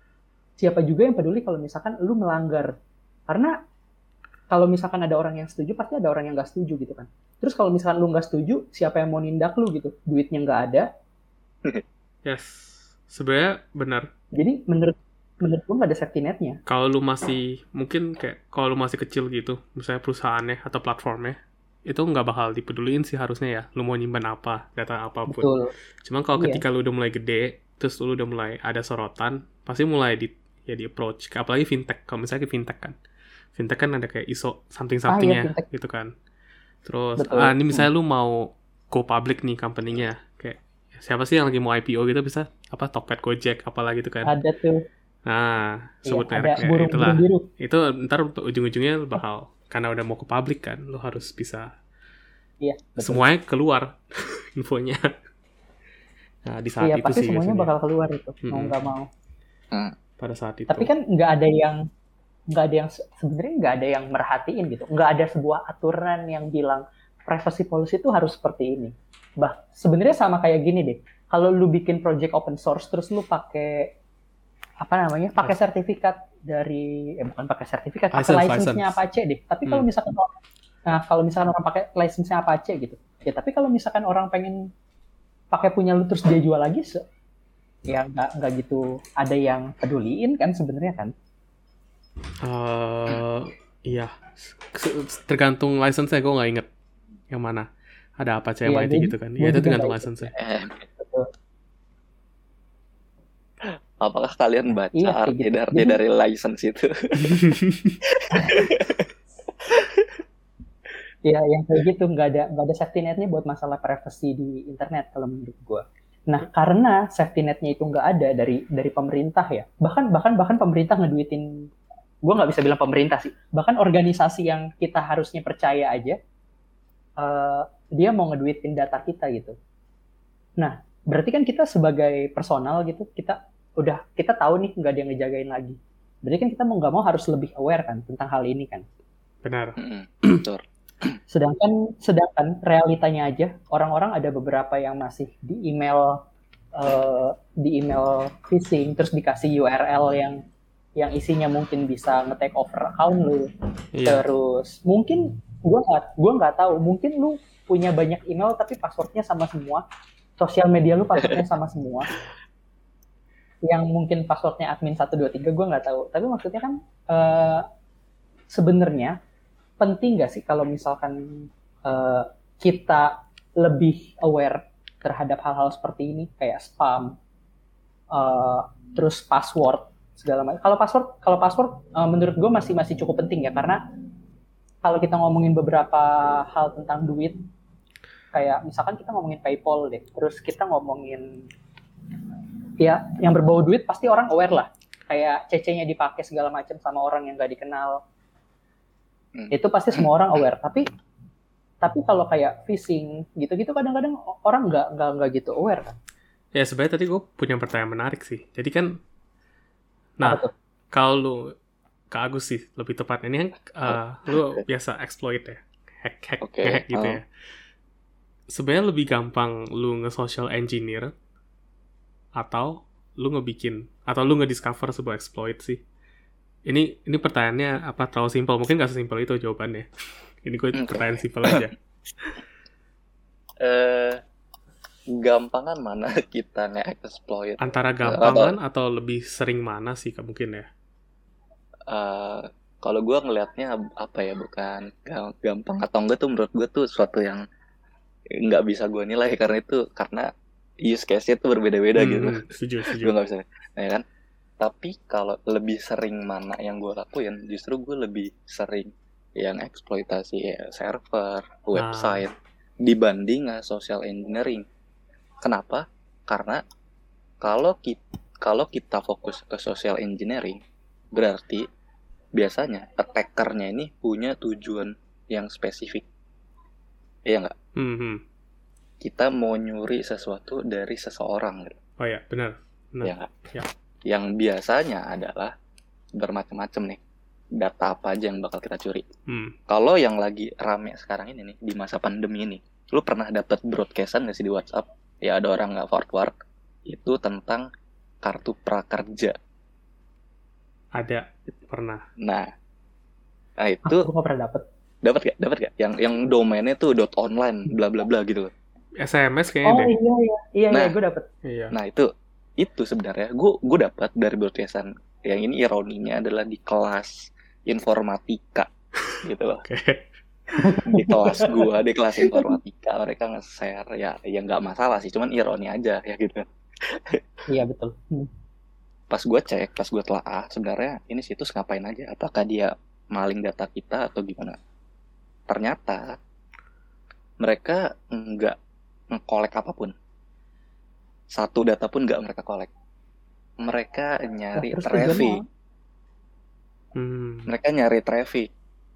misalkan lu melanggar. Karena kalau misalkan ada orang yang setuju, pasti ada orang yang nggak setuju gitu kan. Terus kalau misalkan lu nggak setuju, siapa yang mau nindak lu gitu? Duitnya nggak ada. Yes, sebenarnya benar. Jadi menurut gue nggak ada safety net-nya. Kalau lu masih kecil gitu, misalnya perusahaannya atau platformnya, itu nggak bakal dipeduliin sih harusnya ya. Lu mau nyimpan apa, data apapun. Betul. Cuman kalau ketika lu udah mulai gede, terus lu udah mulai ada sorotan, pasti mulai di approach. Apalagi fintech. Kalau misalnya fintech kan ada kayak ISO something-somethingnya gitu kan. Terus ini misalnya lu mau go public nih company-nya, kayak siapa sih yang lagi mau IPO gitu, bisa Tokped, Gojek, apalah gitu kan. Ada tuh. Nah, sebut mereknya itulah. Itu ntar ujung-ujungnya bakal, karena udah mau ke publik kan, lu harus bisa semuanya keluar infonya. Nah, di saat itu pasti sih semuanya biasanya bakal keluar itu, mau nggak mau. Pada saat itu. Tapi kan nggak ada yang sebenarnya nggak ada yang merhatiin gitu. Nggak ada sebuah aturan yang bilang privacy policy itu harus seperti ini. Sebenarnya sama kayak gini deh. Kalau lu bikin project open source terus lu pakai pakai sertifikat dari bukan pakai sertifikat, pakai license-nya Apache deh. Tapi kalau misalkan orang pakai license-nya Apache gitu. Ya tapi kalau misalkan orang pengen pakai punya lu terus dia jual lagi, ya nggak gitu ada yang peduliin kan sebenarnya kan. Iya, tergantung license-nya, gue nggak inget yang mana. Ada apa CMIT gitu kan? Iya, itu tergantung license-nya. Apakah kalian baca arti dari license itu? Ya, yang kayak gitu nggak ada safety netnya buat masalah privacy di internet kalau menurut gue. Nah, karena safety netnya itu nggak ada dari pemerintah ya, bahkan pemerintah ngeduitin, gue nggak bisa bilang pemerintah sih, bahkan organisasi yang kita harusnya percaya aja, dia mau ngeduitin data kita gitu. Nah, berarti kan kita sebagai personal gitu, kita tahu nih nggak ada yang ngejagain lagi. Berarti kan kita mau nggak mau harus lebih aware kan tentang hal ini kan. Benar. Betul. Sedangkan realitanya aja, orang-orang ada beberapa yang masih di email phishing, terus dikasih URL yang isinya mungkin bisa nge-take over account lu. Iya. Terus mungkin gua nggak tahu, mungkin lu punya banyak email tapi passwordnya sama semua, sosial media lu passwordnya sama semua, yang mungkin passwordnya admin 123, gua nggak tahu. Tapi maksudnya kan sebenarnya penting nggak sih kalau misalkan kita lebih aware terhadap hal-hal seperti ini, kayak spam, terus password segala macam. Kalau password menurut gue masih cukup penting ya, karena kalau kita ngomongin beberapa hal tentang duit, kayak misalkan kita ngomongin PayPal deh, terus kita ngomongin ya yang berbau duit, pasti orang aware lah, kayak CC-nya dipakai segala macam sama orang yang nggak dikenal. Itu pasti semua orang aware. Tapi kalau kayak phishing gitu-gitu kadang-kadang orang nggak gitu aware kan. Ya sebenarnya tadi gue punya pertanyaan menarik sih. Jadi kan, nah kalau lu ke Agus sih lebih tepat. Ini kan lu biasa exploit ya, hack gitu ya. Sebenarnya lebih gampang lu nge-social engineer atau lu nge-discover sebuah exploit sih. Ini pertanyaannya apa terlalu simpel? Mungkin nggak sesimpel itu jawabannya. Ini gue pertanyaan simpel aja. Gampangan mana kita nge-exploit? Antara gampangan atau lebih sering mana sih mungkin ya? Kalau gue ngelihatnya apa ya, bukan gampang atau enggak tuh, menurut gue tuh suatu yang nggak bisa gue nilai karena use case-nya tuh berbeda-beda gitu. Setuju. Gue nggak bisa, ya kan? Tapi kalau lebih sering mana yang gue lakuin, justru gue lebih sering yang eksploitasi server, website, dibanding social engineering. Kenapa? Karena kalau kita fokus ke social engineering, berarti biasanya attackernya ini punya tujuan yang spesifik. Iya nggak? Kita mau nyuri sesuatu dari seseorang gitu. Oh ya, benar. Ya nggak? Ya. Yang biasanya adalah bermacam-macam nih. Data apa aja yang bakal kita curi. Kalau yang lagi rame sekarang ini nih, di masa pandemi ini, lu pernah dapat broadcast-an nggak sih di WhatsApp? Ya ada orang nggak forward, itu tentang kartu prakerja. Ada, pernah. Nah itu. Aku nggak pernah dapat. Dapat gak? Yang domainnya tuh .online, bla bla bla gitu. SMS kayaknya deh. Iya, gue dapat. Iya. Nah itu sebenarnya gue dapat dari broadcast-an. Yang ini ironinya adalah di kelas informatika gitu loh. Okay. Di kelas informatika mereka nge-share ya nggak masalah sih, cuman ironi aja ya gitu. Iya betul. Pas gue telah sebenarnya ini situs ngapain aja, apakah dia maling data kita atau gimana? Ternyata mereka nggak nge-collect apapun, satu data pun nggak mereka collect. Mereka nyari traffic. Mereka nyari traffic.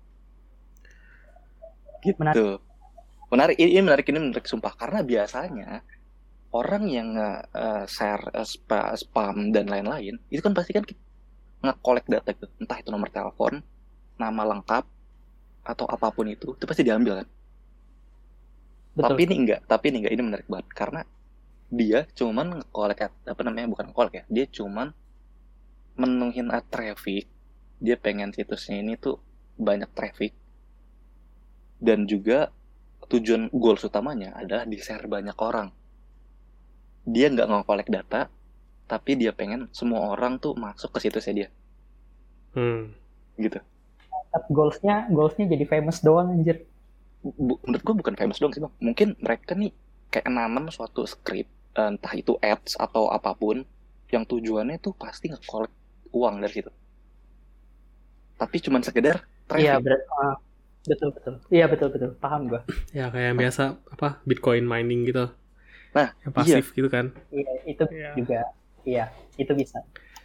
Gitu. Menarik. Ini menarik sumpah, karena biasanya orang yang share spam dan lain-lain itu kan pasti kan nge-collect data itu, entah itu nomor telepon, nama lengkap atau apapun itu pasti diambil kan. Betul. Tapi ini enggak, ini menarik banget karena dia cuman nge-collect bukan nge-collect ya, dia cuman menuhin traffic. Dia pengen situsnya ini tuh banyak traffic, dan juga tujuan goals utamanya adalah di-share banyak orang. Dia nggak nge-collect data, tapi dia pengen semua orang tuh masuk ke situsnya dia. Gitu. Goalsnya jadi famous doang anjir. Menurut gue bukan famous doang sih bang. Mungkin mereka nih kayak nanam suatu script, entah itu ads atau apapun, yang tujuannya tuh pasti nge-collect uang dari situ. Tapi cuman sekedar traffic. Iya, betul. Iya betul, paham gue. Ya kayak yang biasa apa Bitcoin mining gitu, Nah, yang pasif gitu kan. Iya, itu Iya. juga, iya, itu bisa.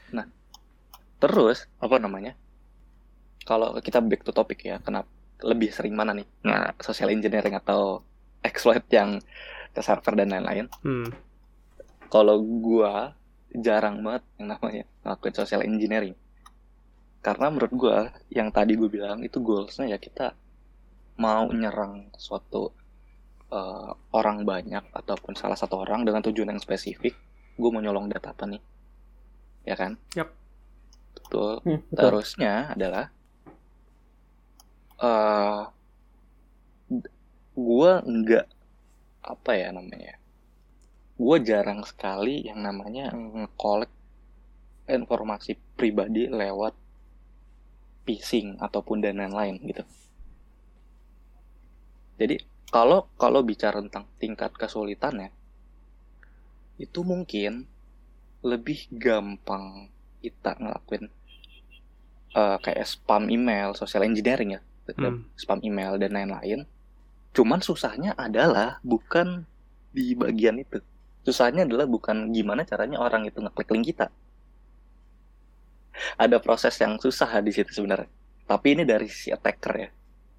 terus apa namanya? Kalau kita back to topic ya, kenapa lebih sering mana nih? Nah, social engineering atau exploit yang ke server dan lain-lain. Kalau gua jarang banget yang namanya ngelakuin social engineering. Karena menurut gua yang tadi gue bilang itu goalsnya ya kita mau nyerang suatu orang banyak ataupun salah satu orang dengan tujuan yang spesifik. Gue mau nyolong data apa nih? Ya kan? Yap. Betul. Betul. Terusnya adalah gue nggak apa ya namanya? Gue jarang sekali yang namanya nge-collect informasi pribadi lewat phishing ataupun dan lain-lain gitu. Jadi kalau bicara tentang tingkat kesulitannya, itu mungkin lebih gampang kita ngelakuin kayak spam email, social engineering ya, spam email dan lain-lain. Cuman susahnya adalah bukan di bagian itu. Susahnya adalah bukan gimana caranya orang itu ngeklik link kita. Ada proses yang susah di situ sebenarnya. Tapi ini dari sisi attacker ya.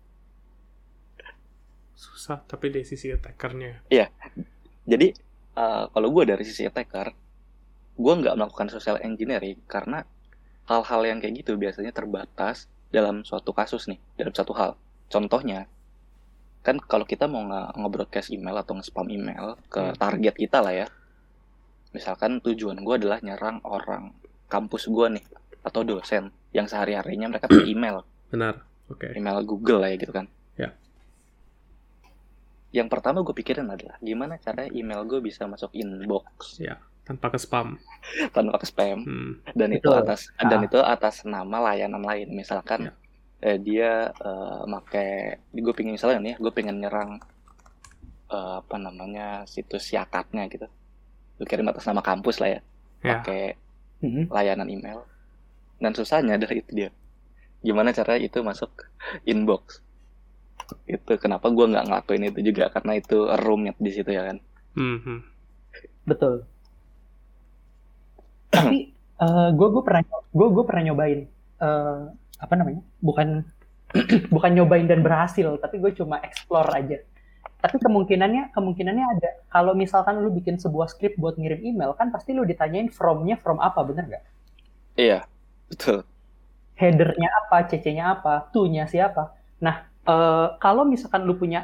Susah, tapi dari sisi attackernya. Iya. Jadi kalau gue dari sisi attacker, gue nggak melakukan social engineering karena hal-hal yang kayak gitu biasanya terbatas dalam suatu kasus nih, dalam satu hal. Contohnya, kan kalau kita mau nge-broadcast email atau nge-spam email ke target kita lah ya. Misalkan tujuan gue adalah nyerang orang kampus gue nih, atau dosen yang sehari-harinya mereka pakai email. Benar, oke. Email Google lah ya gitu kan. Ya. Yang pertama gue pikirin adalah gimana cara email gue bisa masuk inbox. Ya, tanpa ke spam. Tanpa ke spam. Dan itu atas nama layanan lain. Misalkan dia pakai, gue pengen misalnya nih, gue pengen nyerang situs Yakatnya gitu. Gue kirim atas nama kampus lah ya. Pakai layanan email. Dan susahnya adalah itu dia. Gimana caranya itu masuk inbox. Itu kenapa gue nggak ngelakuin itu juga, karena itu rumit di situ ya kan. Betul. Tapi gue pernah nyobain bukan nyobain dan berhasil, tapi gue cuma explore aja. Tapi kemungkinannya ada. Kalau misalkan lu bikin sebuah script buat ngirim email, kan pasti lu ditanyain from-nya from apa, bener nggak? Iya, betul. Header-nya apa, CC-nya apa, to-nya siapa. Nah, kalau misalkan lu punya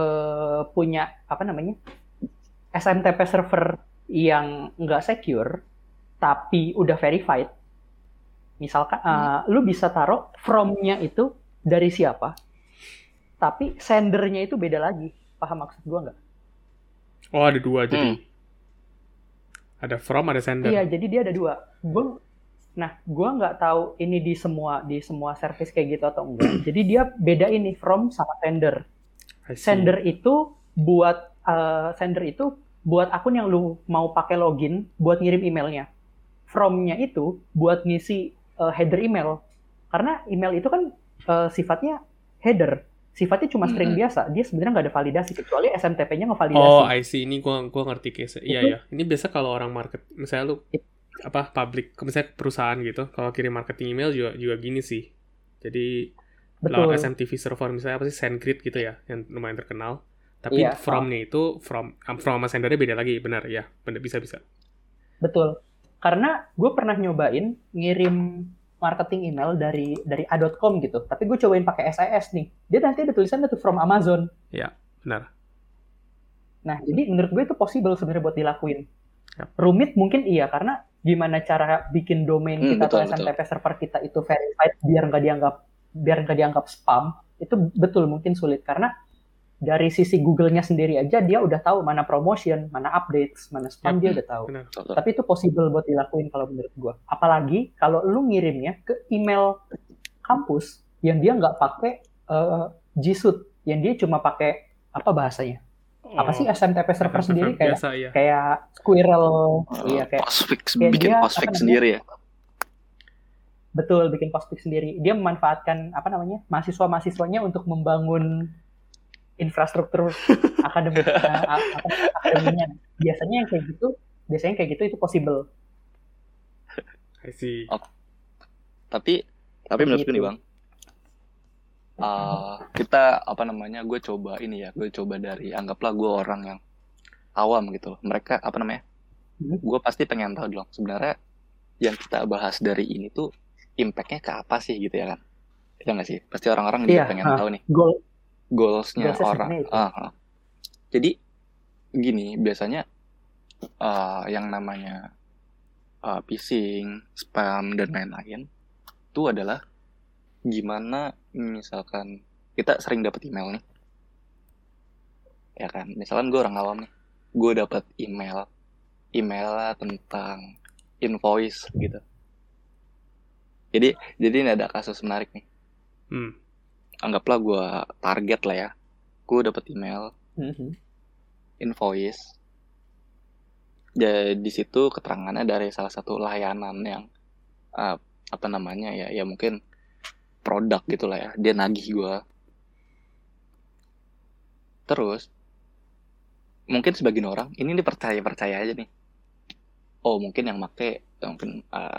SMTP server yang nggak secure, tapi udah verified, misalkan lu bisa taruh from-nya itu dari siapa, tapi sender-nya itu beda lagi. Paham maksud gue nggak? Oh, ada dua jadi. Ada from, ada sender. Iya, jadi dia ada dua. Gue nggak tahu ini di semua service kayak gitu atau enggak. Jadi dia beda ini from sama sender. Sender itu buat akun yang lu mau pakai login buat ngirim emailnya. From-nya itu buat ngisi header email. Karena email itu kan sifatnya header. Sifatnya cuma string biasa. Dia sebenarnya nggak ada validasi kecuali SMTP-nya ngevalidasi. Oh, I see. Ini gua ngerti case. Iya. Ini biasa kalau orang market, misalnya lu public, misalnya perusahaan gitu, kalau kirim marketing email juga gini sih. Jadi lewat SMTP server misalnya apa sih, SendGrid gitu ya, yang lumayan terkenal. Tapi from-nya itu from sama sendernya beda lagi, benar ya. Benar, bisa. Betul. Karena gue pernah nyobain ngirim marketing email dari a.com gitu, tapi gue cobain pakai SIS nih. Dia nanti ada tulisannya tuh from Amazon. Iya, benar. Nah, jadi menurut gue itu possible sebenarnya buat dilakuin. Rumit mungkin iya, karena gimana cara bikin domain kita atau SMTP server kita itu verified biar nggak dianggap spam, itu betul mungkin sulit. Karena dari sisi Google-nya sendiri aja dia udah tahu mana promotion, mana updates, mana spam, dia udah tahu. Benar. Tapi itu possible buat dilakuin kalau menurut gue. Apalagi kalau lu ngirimnya ke email kampus yang dia nggak pakai G Suite, yang dia cuma pakai apa bahasanya? Apa sih SMTP server sendiri kayak biasa, kayak Squirrel, kayak postfix, bikin postfix sendiri ya. Betul, bikin post pick sendiri. Dia memanfaatkan mahasiswa-mahasiswanya untuk membangun infrastruktur akademinya. Biasanya yang kayak gitu itu possible. I see. Tapi menurutku nih Bang, kita gue coba dari, anggaplah gue orang yang awam gitu loh. Mereka gue pasti pengen tahu dong sebenarnya yang kita bahas dari ini tuh impact-nya ke apa sih gitu ya kan? Iya nggak sih? Pasti orang-orang juga pengen tahu nih goals-nya orang. Jadi gini, biasanya yang namanya phishing, spam dan lain-lain itu adalah gimana misalkan kita sering dapat email nih, ya kan? Misalkan gue orang awam nih, gue dapat email tentang invoice gitu. Jadi ini ada kasus menarik nih. Anggaplah gue target lah ya, gue dapat email invoice. Jadi di situ keterangannya dari salah satu layanan yang ya mungkin produk gitulah ya, dia nagih gue. Terus mungkin sebagian orang ini percaya aja nih, oh mungkin yang make mungkin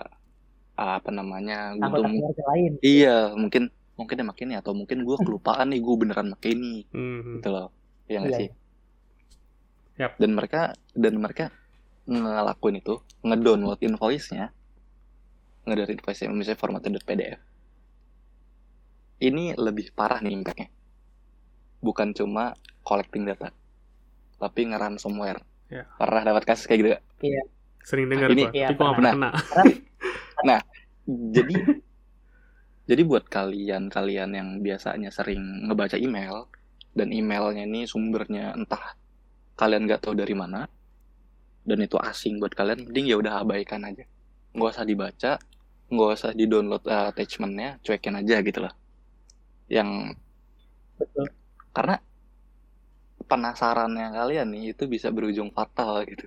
anggota keluarga lain. Iya, mungkin yang make ini, atau mungkin gue kelupaan nih, gue beneran make ini gitu loh, ya nggak sih? Yep. Dan mereka ngelakuin itu, ngedownload invoice-nya misalnya formatnya .pdf. Ini lebih parah nih impact-nya. Bukan cuma collecting data, tapi nge-ransomware. Yeah. Pernah dapat kasus kayak gitu gak? Iya. Sering dengar gue, tapi gue gak pernah kena. Nah, jadi buat kalian yang biasanya sering ngebaca email, dan emailnya ini sumbernya entah kalian gak tahu dari mana, dan itu asing buat kalian, mending ya udah abaikan aja. Nggak usah dibaca, nggak usah di-download attachment-nya, cuekin aja gitu loh. Betul. Karena penasarannya kalian nih itu bisa berujung fatal gitu.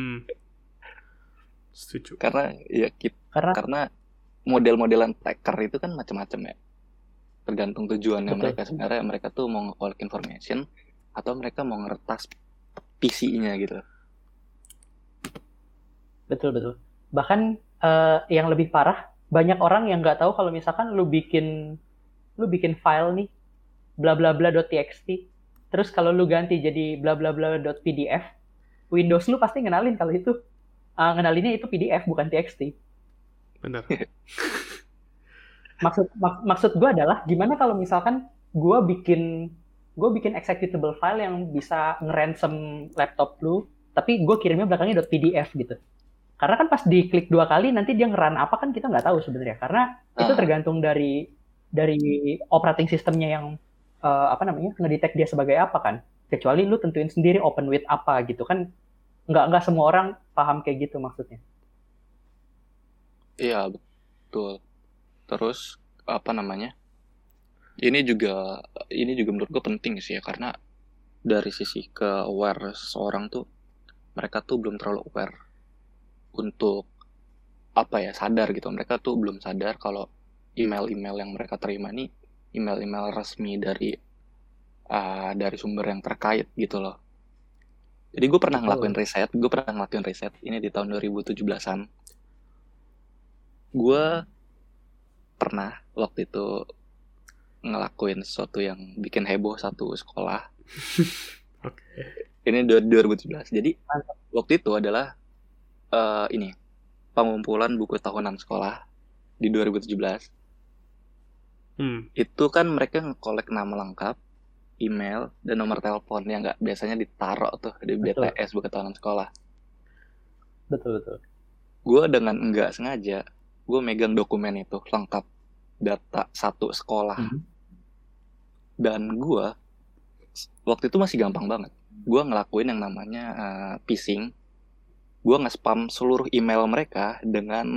Setuju. Karena model-modelan hacker itu kan macam-macam ya. Tergantung tujuannya. Betul. Mereka sebenarnya mereka tuh mau nge-collect information atau mereka mau ngeretas PC-nya gitu. Betul. Bahkan yang lebih parah, banyak orang yang nggak tahu kalau misalkan lu bikin file nih bla bla bla.txt, terus kalau lu ganti jadi bla bla bla.pdf, Windows lu pasti ngenalinnya itu PDF bukan txt. Benar. Maksud gue adalah gimana kalau misalkan gue bikin executable file yang bisa nge-ransom laptop lu, tapi gue kirimnya belakangnya .pdf gitu. Karena kan pas diklik 2 kali nanti dia nge-run apa kan kita nggak tahu sebenarnya, karena itu tergantung dari operating systemnya yang ngedetect dia sebagai apa kan. Kecuali lu tentuin sendiri open with apa gitu kan, nggak semua orang paham kayak gitu maksudnya. Iya betul. Terus ini juga menurut gue penting sih ya, karena dari sisi ke-aware seseorang tuh, mereka tuh belum terlalu aware untuk sadar gitu. Mereka tuh belum sadar kalau email-email yang mereka terima nih email-email resmi dari sumber yang terkait gitu loh. Jadi gue pernah ngelakuin riset ini di tahun 2017-an. Gue pernah waktu itu ngelakuin sesuatu yang bikin heboh satu sekolah. Okay. Ini 2017. Jadi waktu itu adalah pengumpulan buku tahunan sekolah di 2017. Itu kan mereka nge-collect nama lengkap, email, dan nomor telepon yang nggak biasanya ditaruh tuh di BTS buku tahunan sekolah. Betul. Gue dengan nggak sengaja, gue megang dokumen itu lengkap, data satu sekolah. Dan gue waktu itu masih gampang banget. Gue ngelakuin yang namanya phishing. Gue nge-spam seluruh email mereka dengan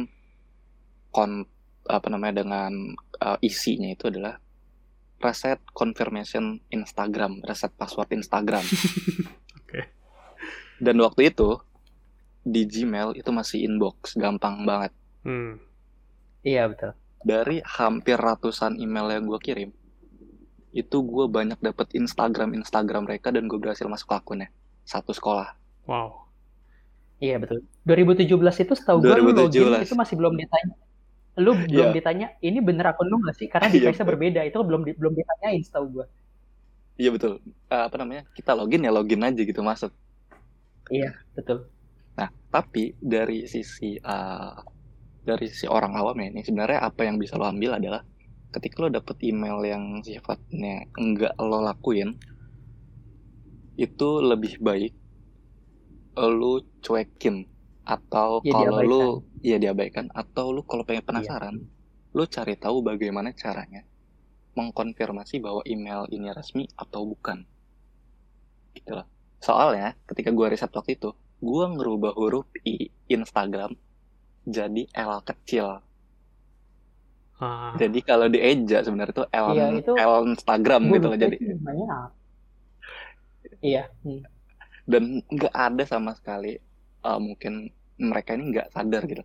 isinya itu adalah reset confirmation Instagram, reset password Instagram. Okay. Dan waktu itu di Gmail itu masih inbox, gampang banget. Iya betul. dari hampir ratusan email yang gue kirim, itu gue banyak dapet Instagram mereka dan gue berhasil masuk akunnya satu sekolah. Wow. Iya betul. 2017 itu setahu gue lu login 2017. itu masih belum ditanya. Lu belum ditanya, ini bener akun lu nggak sih? Karena device-nya berbeda. Itu belum ditanyain setahu gue. Iya betul. Kita login aja gitu masuk. Iya betul. Nah, tapi dari sisi orang awam ini sebenarnya apa yang bisa lo ambil adalah ketika lo dapet email yang sifatnya enggak lo lakuin, itu lebih baik lo cuekin, atau kalau lo diabaikan, atau lo kalau pengen penasaran, lo cari tahu bagaimana caranya mengkonfirmasi bahwa email ini resmi atau bukan. Gitu loh. Soalnya ketika gue riset waktu itu, gue ngerubah huruf I Instagram jadi L kecil. Jadi kalau dieja sebenarnya itu L Instagram gitu loh jadi. Iya. Dan nggak ada sama sekali mungkin mereka ini nggak sadar gitu.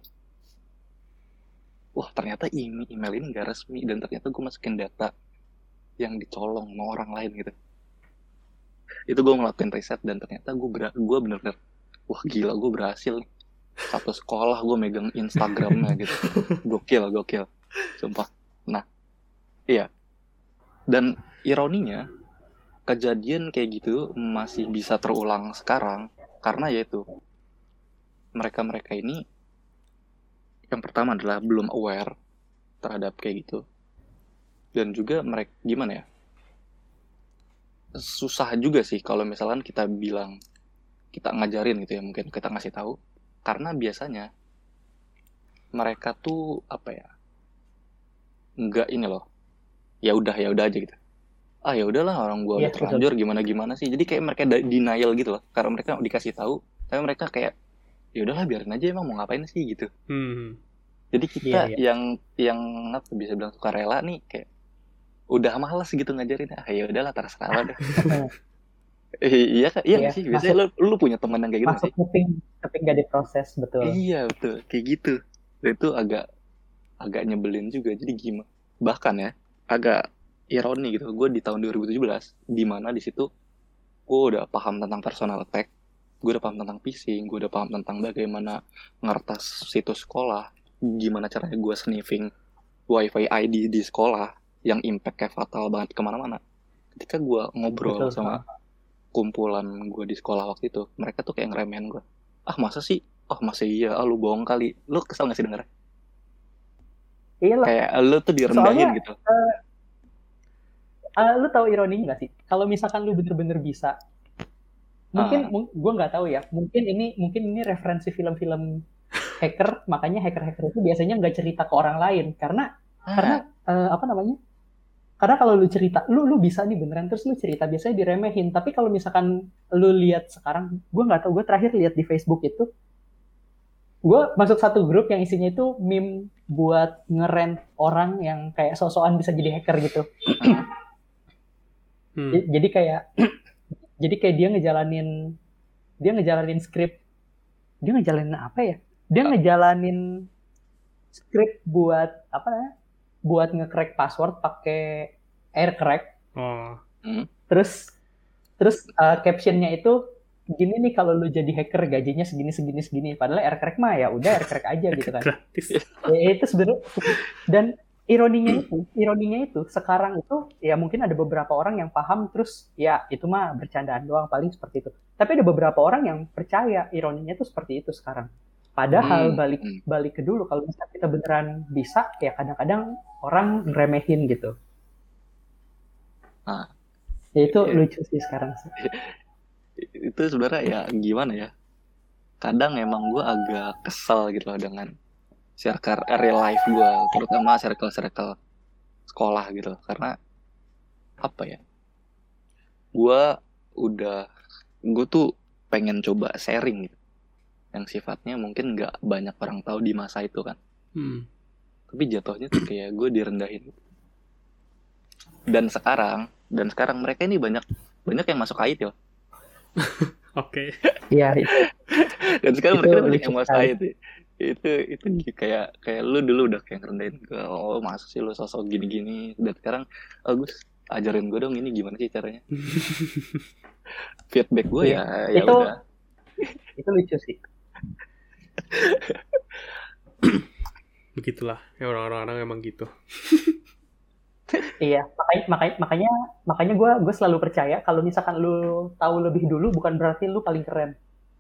Wah ternyata email ini nggak resmi dan ternyata gue masukin data yang dicolong sama orang lain gitu. Itu gue ngelakuin riset dan ternyata gue bener-bener wah gila gue berhasil nih. Satu sekolah gue megang Instagramnya gitu. Gokil sumpah. Nah iya, dan ironinya kejadian kayak gitu masih bisa terulang sekarang karena yaitu mereka ini yang pertama adalah belum aware terhadap kayak gitu, dan juga mereka gimana ya, susah juga sih kalau misalkan kita bilang kita ngajarin gitu ya, mungkin kita ngasih tahu, karena biasanya mereka tuh apa ya, nggak ini loh, ya udah aja gitu. Ya udahlah orang gua udah terlanjur gimana sih, jadi kayak mereka denial gitu loh, karena mereka dikasih tahu tapi mereka kayak ya udahlah biarin aja, emang mau ngapain sih gitu. Jadi kita yang apa bisa bilang suka rela nih, kayak udah malas gitu ngajarin, ya udahlah terserah lo deh. Iya nggak sih, biasanya lu punya teman yang kayak gitu masuk sih, tapi nggak diproses. Betul. Iya betul kayak gitu. Itu agak nyebelin juga. Jadi gimana, bahkan ya agak ironi gitu, gue di tahun 2017 di mana di situ gue udah paham tentang personal attack, gue udah paham tentang phishing, gue udah paham tentang bagaimana ngeretas situs sekolah, gimana caranya gue sniffing wifi ID di sekolah yang impact-nya fatal banget kemana-mana. Ketika gue ngobrol sama kumpulan gue di sekolah waktu itu, mereka tuh kayak ngeremehin gue. Masa sih? Masa iya? Lu bohong kali. Lu kesel gak sih denger? Iya lah. Kayak lu tuh direndahin gitu. Lu tahu ironi nggak sih? Kalau misalkan lu bener-bener bisa, mungkin gue nggak tahu ya. Mungkin ini referensi film-film hacker. Makanya hacker-hacker itu biasanya nggak cerita ke orang lain karena apa namanya? Karena kalau lu cerita, lu bisa nih beneran, terus lu cerita biasanya diremehin. Tapi kalau misalkan lu lihat sekarang, gue nggak tahu. Gue terakhir lihat di Facebook itu, gue masuk satu grup yang isinya itu meme buat ngerent orang yang kayak sok-sokan bisa jadi hacker gitu. Jadi kayak dia ngejalanin skrip. Dia ngejalanin apa ya? Dia ngejalanin skrip buat apa namanya? Buat nge-crack password pakai air crack. Terus captionnya itu gini nih, kalau lu jadi hacker gajinya segini. Padahal air crack mah ya udah air crack aja gitu kan. Itu sebenarnya, dan ironinya itu sekarang itu ya mungkin ada beberapa orang yang paham, terus ya itu mah bercandaan doang paling seperti itu. Tapi ada beberapa orang yang percaya ironinya itu seperti itu sekarang. Padahal balik ke dulu, kalau misalnya kita beneran bisa, ya kadang-kadang orang ngeremehin gitu. Ya itu lucu sih sekarang sih. Itu sebenarnya ya gimana ya, kadang emang gue agak kesel gitu loh dengan circle real life gue, terutama circle sekolah gitu, karena apa ya, gue tuh pengen coba sharing gitu, yang sifatnya mungkin nggak banyak orang tahu di masa itu kan. Tapi jatuhnya tuh kayak gue direndahin. Dan sekarang mereka ini banyak yang masuk IT loh. Oke. Iya. Dan sekarang mereka banyak yang masuk IT. itu kayak lu dulu udah kayak ngerendahin gue, oh masa sih lu sosok gini-gini, dan sekarang Gus ajarin gue dong ini gimana sih caranya. Feedback gue Iya. ya Itu udah. itu lucu sih. Begitulah ya, orang-orang emang gitu. Iya, makanya gue selalu percaya kalau misalkan lu tahu lebih dulu bukan berarti lu paling keren.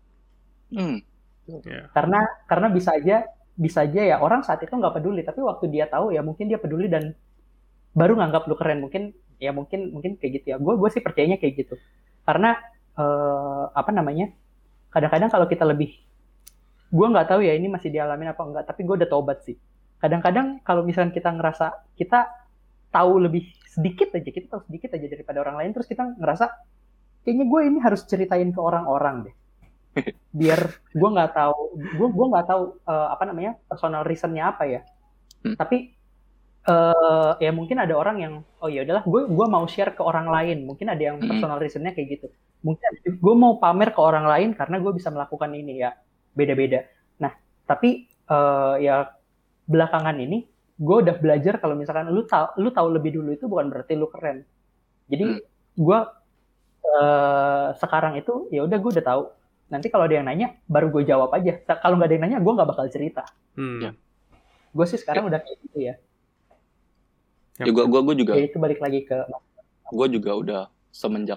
Ya. Karena bisa aja ya orang saat itu nggak peduli, tapi waktu dia tahu ya mungkin dia peduli dan baru nganggap lu keren. Mungkin kayak gitu ya. Gue sih percayanya kayak gitu. Karena kadang-kadang kalau kita lebih, gue nggak tahu ya ini masih dialamin apa enggak, tapi gue udah tobat sih. Kadang-kadang kalau misalkan kita ngerasa kita tahu lebih sedikit aja, kita tahu sedikit aja daripada orang lain, terus kita ngerasa kayaknya gue ini harus ceritain ke orang-orang deh, biar gue nggak tahu personal reasonnya apa ya. Tapi ya mungkin ada orang yang oh ya udahlah gue mau share ke orang lain, mungkin ada yang personal reasonnya kayak gitu, mungkin gue mau pamer ke orang lain karena gue bisa melakukan ini, ya beda-beda. Nah tapi ya belakangan ini gue udah belajar kalau misalkan lu tahu lebih dulu itu bukan berarti lu keren. Jadi gue sekarang itu ya udah gue udah tahu. Nanti kalau ada yang nanya baru gue jawab aja. Kalau nggak ada yang nanya gue nggak bakal cerita. Gue sih sekarang udah kayak gitu ya. Gue juga. Ya itu balik lagi ke. Gue juga udah semenjak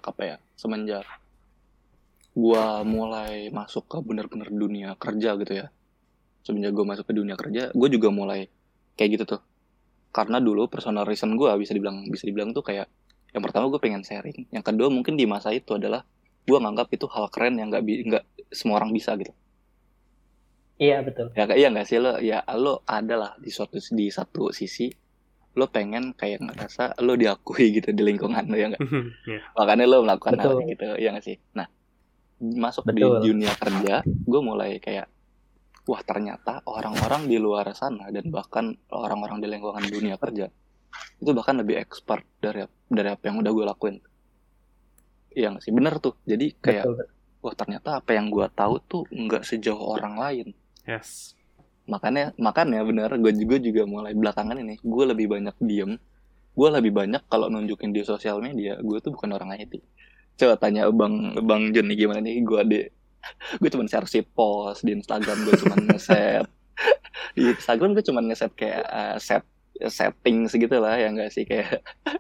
gue mulai masuk ke benar-benar dunia kerja gitu ya. Semenjak gue masuk ke dunia kerja, gue juga mulai kayak gitu tuh. Karena dulu personal reason gue bisa dibilang tuh kayak, yang pertama gue pengen sharing, yang kedua mungkin di masa itu adalah gue nganggap itu hal keren yang nggak semua orang bisa gitu. Iya betul. Ya iya nggak sih lo adalah di satu sisi lo pengen kayak ngerasa lo diakui gitu di lingkungan lo, ya nggak? Makanya lo melakukan hal gitu, ya nggak sih? Nah masuk di dunia kerja, gue mulai kayak wah ternyata orang-orang di luar sana dan bahkan orang-orang di lingkungan dunia kerja itu bahkan lebih expert dari apa yang udah gue lakuin. Iya nggak sih, bener tuh. Jadi kayak wah ternyata apa yang gue tahu tuh nggak sejauh orang lain. Yes. Makanya bener, gue juga mulai belakangan ini gue lebih banyak diem. Gue lebih banyak kalau nunjukin di sosial media gue tuh bukan orang IT. Coba tanya bang Jun nih gimana nih gue cuma share shit post di Instagram, gue cuma nge-set di Instagram, gue cuma nge-set kayak setting segitu lah, ya nggak sih, kayak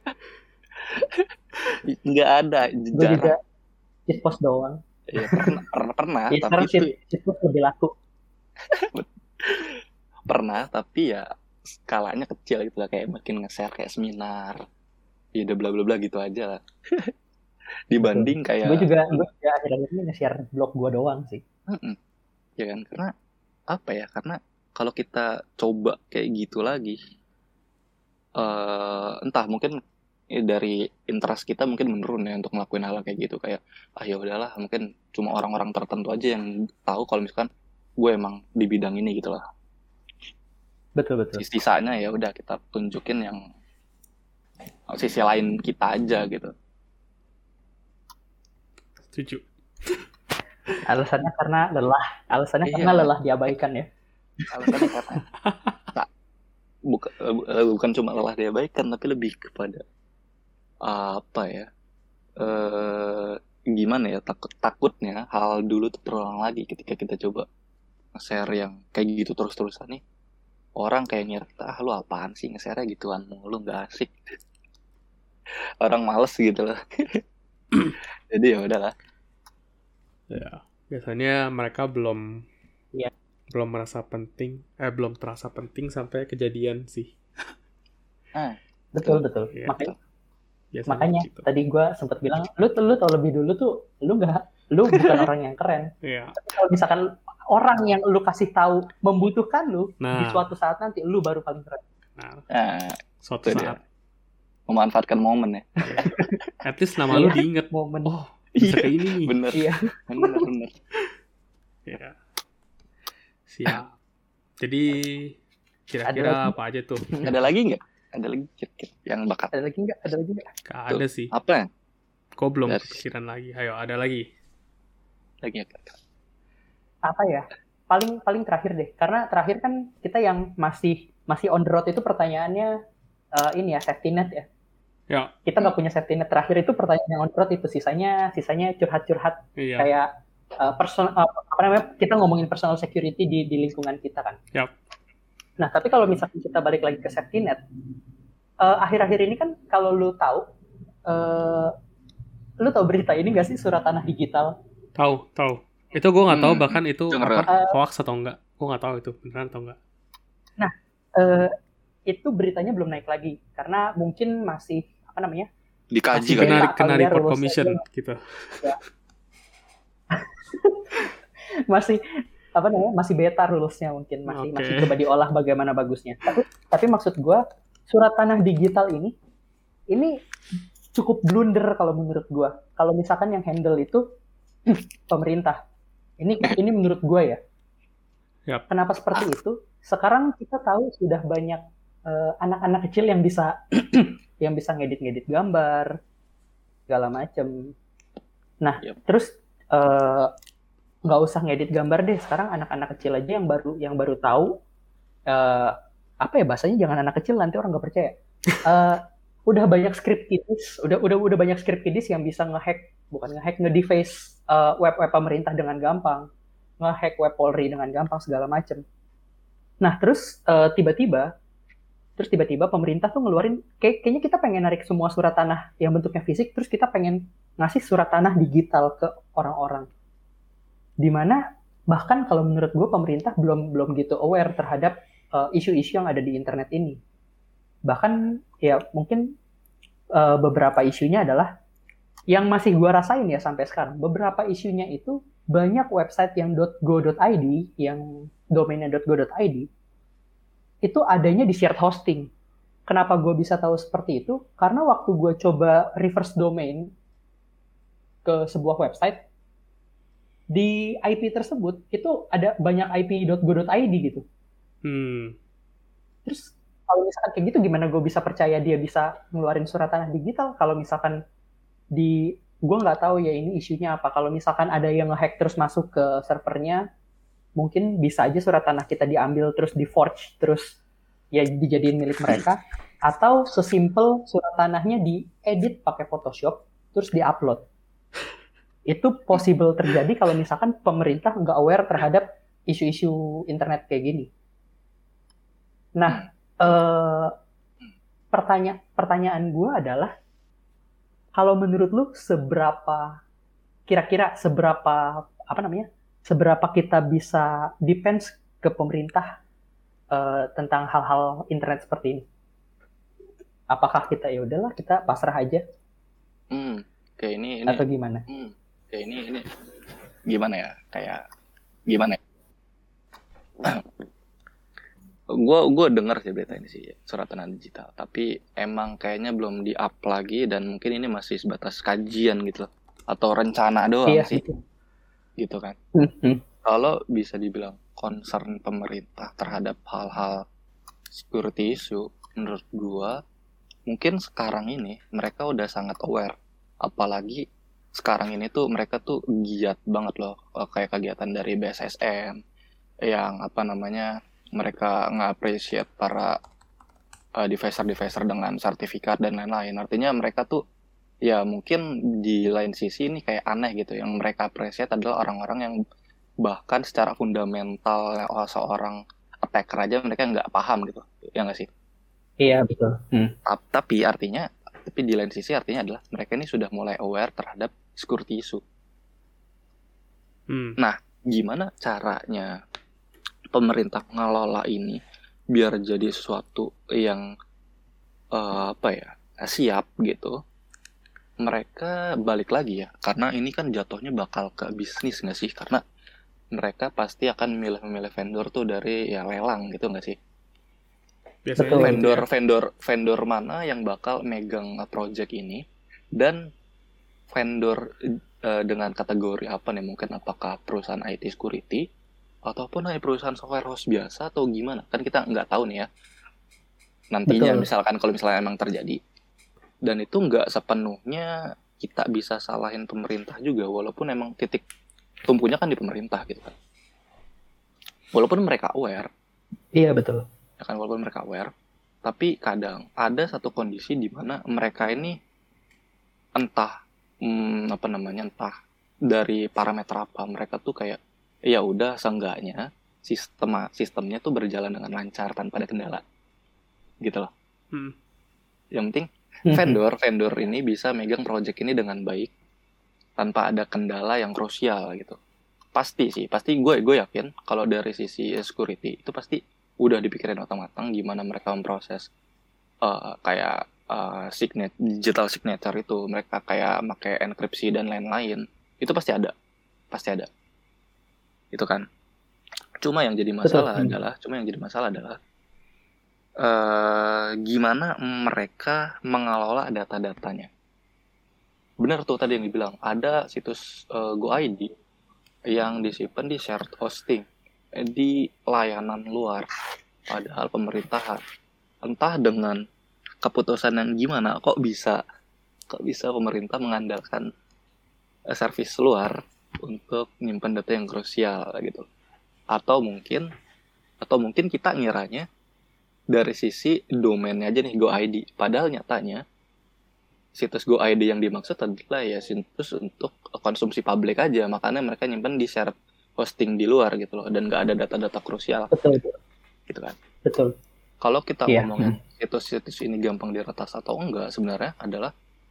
nggak ada jarang. Gue juga shit post doang. Ya, pernah ya, tapi shit post lebih laku. Pernah tapi ya skalanya kecil gitu lah, kayak mungkin nge-share kayak seminar, ya udah bla bla bla gitu aja lah. Dibanding kayak gue juga akhir-akhir ini nge-share blog gue doang sih. Ya kan, karena apa ya, karena kalau kita coba kayak gitu lagi, entah mungkin dari interest kita mungkin menurun ya untuk ngelakuin hal kayak gitu, kayak ya udahlah mungkin cuma orang-orang tertentu aja yang tahu kalau misalkan gue emang di bidang ini gitu lah. Betul. Sisanya ya udah kita tunjukin yang sisi lain kita aja gitu. Setuju. Alasannya karena lelah diabaikan ya. Alasannya karena bukan cuma lelah diabaikan, tapi lebih kepada gimana ya, takutnya hal dulu tuh terulang lagi ketika kita coba nge-share yang kayak gitu terus-terusan nih. Orang kayak ngira kita, lu apaan sih nge-share gituan mulu, nggak asik. Orang males gitu loh. Jadi ya udahlah. Ya, biasanya mereka belum merasa penting, belum terasa penting sampai kejadian sih. Betul. Ya, makanya gitu. Tadi gue sempat bilang, lu tau lebih dulu tuh, lu bukan orang yang keren. Tapi kalau misalkan orang yang lu kasih tahu membutuhkan lu, di suatu saat nanti lu baru paling keren. Suatu saat. Memanfaatkan momen ya. At least nama lu diinget. Momen. Oh, bisa kayak ini nih. Bener. Iya. Bener. Ya. Siap. Jadi kira-kira apa aja tuh? Ada lagi nggak? Ada lagi yang bakat? Ada lagi nggak? Gak ada sih. Apa? Kok belum kepikiran lagi? Ayo, ada lagi. Lagi apa? Apa ya? paling terakhir deh, karena terakhir kan kita yang masih on the road itu pertanyaannya ini ya, safety net ya. Ya. Kita nggak punya safety net. Terakhir itu pertanyaan yang on the road itu, sisanya curhat-curhat Iya. kayak kita ngomongin personal security di lingkungan kita kan. Yap. Nah, tapi kalau misalnya kita balik lagi ke safety net, akhir-akhir ini kan kalau lu tahu berita ini nggak sih, surat tanah digital? Tahu. Itu gue nggak tahu bahkan itu Denger. hoax atau enggak. Gue nggak tahu itu beneran atau enggak. Nah, itu beritanya belum naik lagi karena mungkin masih Dikaji Masih kan. kena report commission gitu. Ya. masih beta rules-nya, mungkin masih coba diolah bagaimana bagusnya. Tapi maksud gue, surat tanah digital ini cukup blunder kalau menurut gue. Kalau misalkan yang handle itu pemerintah. Ini menurut gue ya. Yap. Kenapa seperti itu? Sekarang kita tahu sudah banyak anak-anak kecil yang bisa ngedit gambar segala macam. Nah, terus nggak usah ngedit gambar deh. Sekarang anak-anak kecil aja yang baru tahu apa ya bahasanya, jangan anak kecil nanti orang nggak percaya. Udah banyak script kiddies, udah banyak script kiddies yang bisa nge-deface web pemerintah dengan gampang, nge-hack web Polri dengan gampang segala macam. Nah, terus tiba-tiba pemerintah tuh ngeluarin, kayaknya kita pengen narik semua surat tanah yang bentuknya fisik, terus kita pengen ngasih surat tanah digital ke orang-orang. Dimana bahkan kalau menurut gue pemerintah belum gitu aware terhadap isu-isu yang ada di internet ini. Bahkan ya mungkin beberapa isunya adalah yang masih gue rasain ya sampai sekarang. Beberapa isunya itu banyak website yang .go.id, yang domainnya .go.id, itu adanya di shared hosting. Kenapa gue bisa tahu seperti itu? Karena waktu gue coba reverse domain ke sebuah website, di IP tersebut itu ada banyak IP.go.id gitu. Terus kalau misalkan kayak gitu, gimana gue bisa percaya dia bisa ngeluarin surat tanah digital? Kalau misalkan gue nggak tahu ya ini isunya apa. Kalau misalkan ada yang ngehack terus masuk ke servernya, mungkin bisa aja surat tanah kita diambil terus di-forge, terus ya dijadiin milik mereka. Atau sesimpel surat tanahnya diedit pakai Photoshop, terus di-upload. Itu possible terjadi kalau misalkan pemerintah nggak aware terhadap isu-isu internet kayak gini. Nah, pertanyaan gue adalah, kalau menurut lu seberapa kita bisa defense ke pemerintah tentang hal-hal internet seperti ini? Apakah kita ya udahlah kita pasrah aja? Kayak ini atau gimana? Kayak ini gimana ya? Kayak gimana ya? Gue denger sih berita ini sih, surat tanah digital, tapi emang kayaknya belum di-up lagi dan mungkin ini masih sebatas kajian gitu atau rencana doang sih. Gitu kan. Kalau bisa dibilang concern pemerintah terhadap hal-hal security issue, menurut gue mungkin sekarang ini mereka udah sangat aware. Apalagi sekarang ini tuh mereka tuh giat banget loh, kayak kegiatan dari BSSM yang mereka nge-appreciate para devicer dengan sertifikat dan lain-lain. Artinya mereka tuh ya mungkin di lain sisi ini kayak aneh gitu. Yang mereka appreciate adalah orang-orang yang bahkan secara fundamental seorang attacker aja mereka nggak paham gitu. Ya nggak sih? Iya, betul. Tapi di lain sisi artinya adalah mereka ini sudah mulai aware terhadap security issue. Nah, gimana caranya pemerintah ngelola ini biar jadi sesuatu yang siap gitu? Mereka balik lagi ya, karena ini kan jatuhnya bakal ke bisnis nggak sih? Karena mereka pasti akan milih vendor tuh dari ya lelang gitu nggak sih? Biasanya vendor mana yang bakal megang project ini, dan vendor dengan kategori apa nih, mungkin apakah perusahaan IT security ataupun perusahaan software house biasa atau gimana, kan kita nggak tahu nih ya nantinya. Misalkan kalau misalnya emang terjadi, dan itu nggak sepenuhnya kita bisa salahin pemerintah juga, walaupun emang titik tumpunya kan di pemerintah gitu kan. walaupun mereka aware, Iya betul. ya kan, walaupun mereka aware, tapi kadang ada satu kondisi di mana mereka ini entah entah dari parameter apa, mereka tuh kayak ya udah seenggaknya sistemnya tuh berjalan dengan lancar tanpa ada kendala gitu loh. Yang penting vendor ini bisa megang project ini dengan baik tanpa ada kendala yang krusial gitu. Pasti gue yakin kalau dari sisi security itu pasti udah dipikirin matang-matang gimana mereka memproses kayak digital signature itu, mereka kayak pakai enkripsi dan lain-lain, itu pasti ada itu kan. Cuma yang jadi masalah adalah gimana mereka mengelola data-datanya. Benar tuh tadi yang dibilang, ada situs GoID yang disimpan di shared hosting di layanan luar, padahal pemerintahan entah dengan keputusan yang gimana kok bisa pemerintah mengandalkan servis luar untuk nyimpan data yang krusial gitu. Atau mungkin kita ngiranya dari sisi domainnya aja nih GoID, padahal nyatanya situs GoID yang dimaksud adalah ya situs untuk konsumsi publik aja, makanya mereka nyimpan di shared hosting di luar gitu loh, dan nggak ada data-data krusial. Betul. Gitu kan. Betul. Kalau kita ngomongin situs-situs ini gampang diretas atau enggak, sebenarnya adalah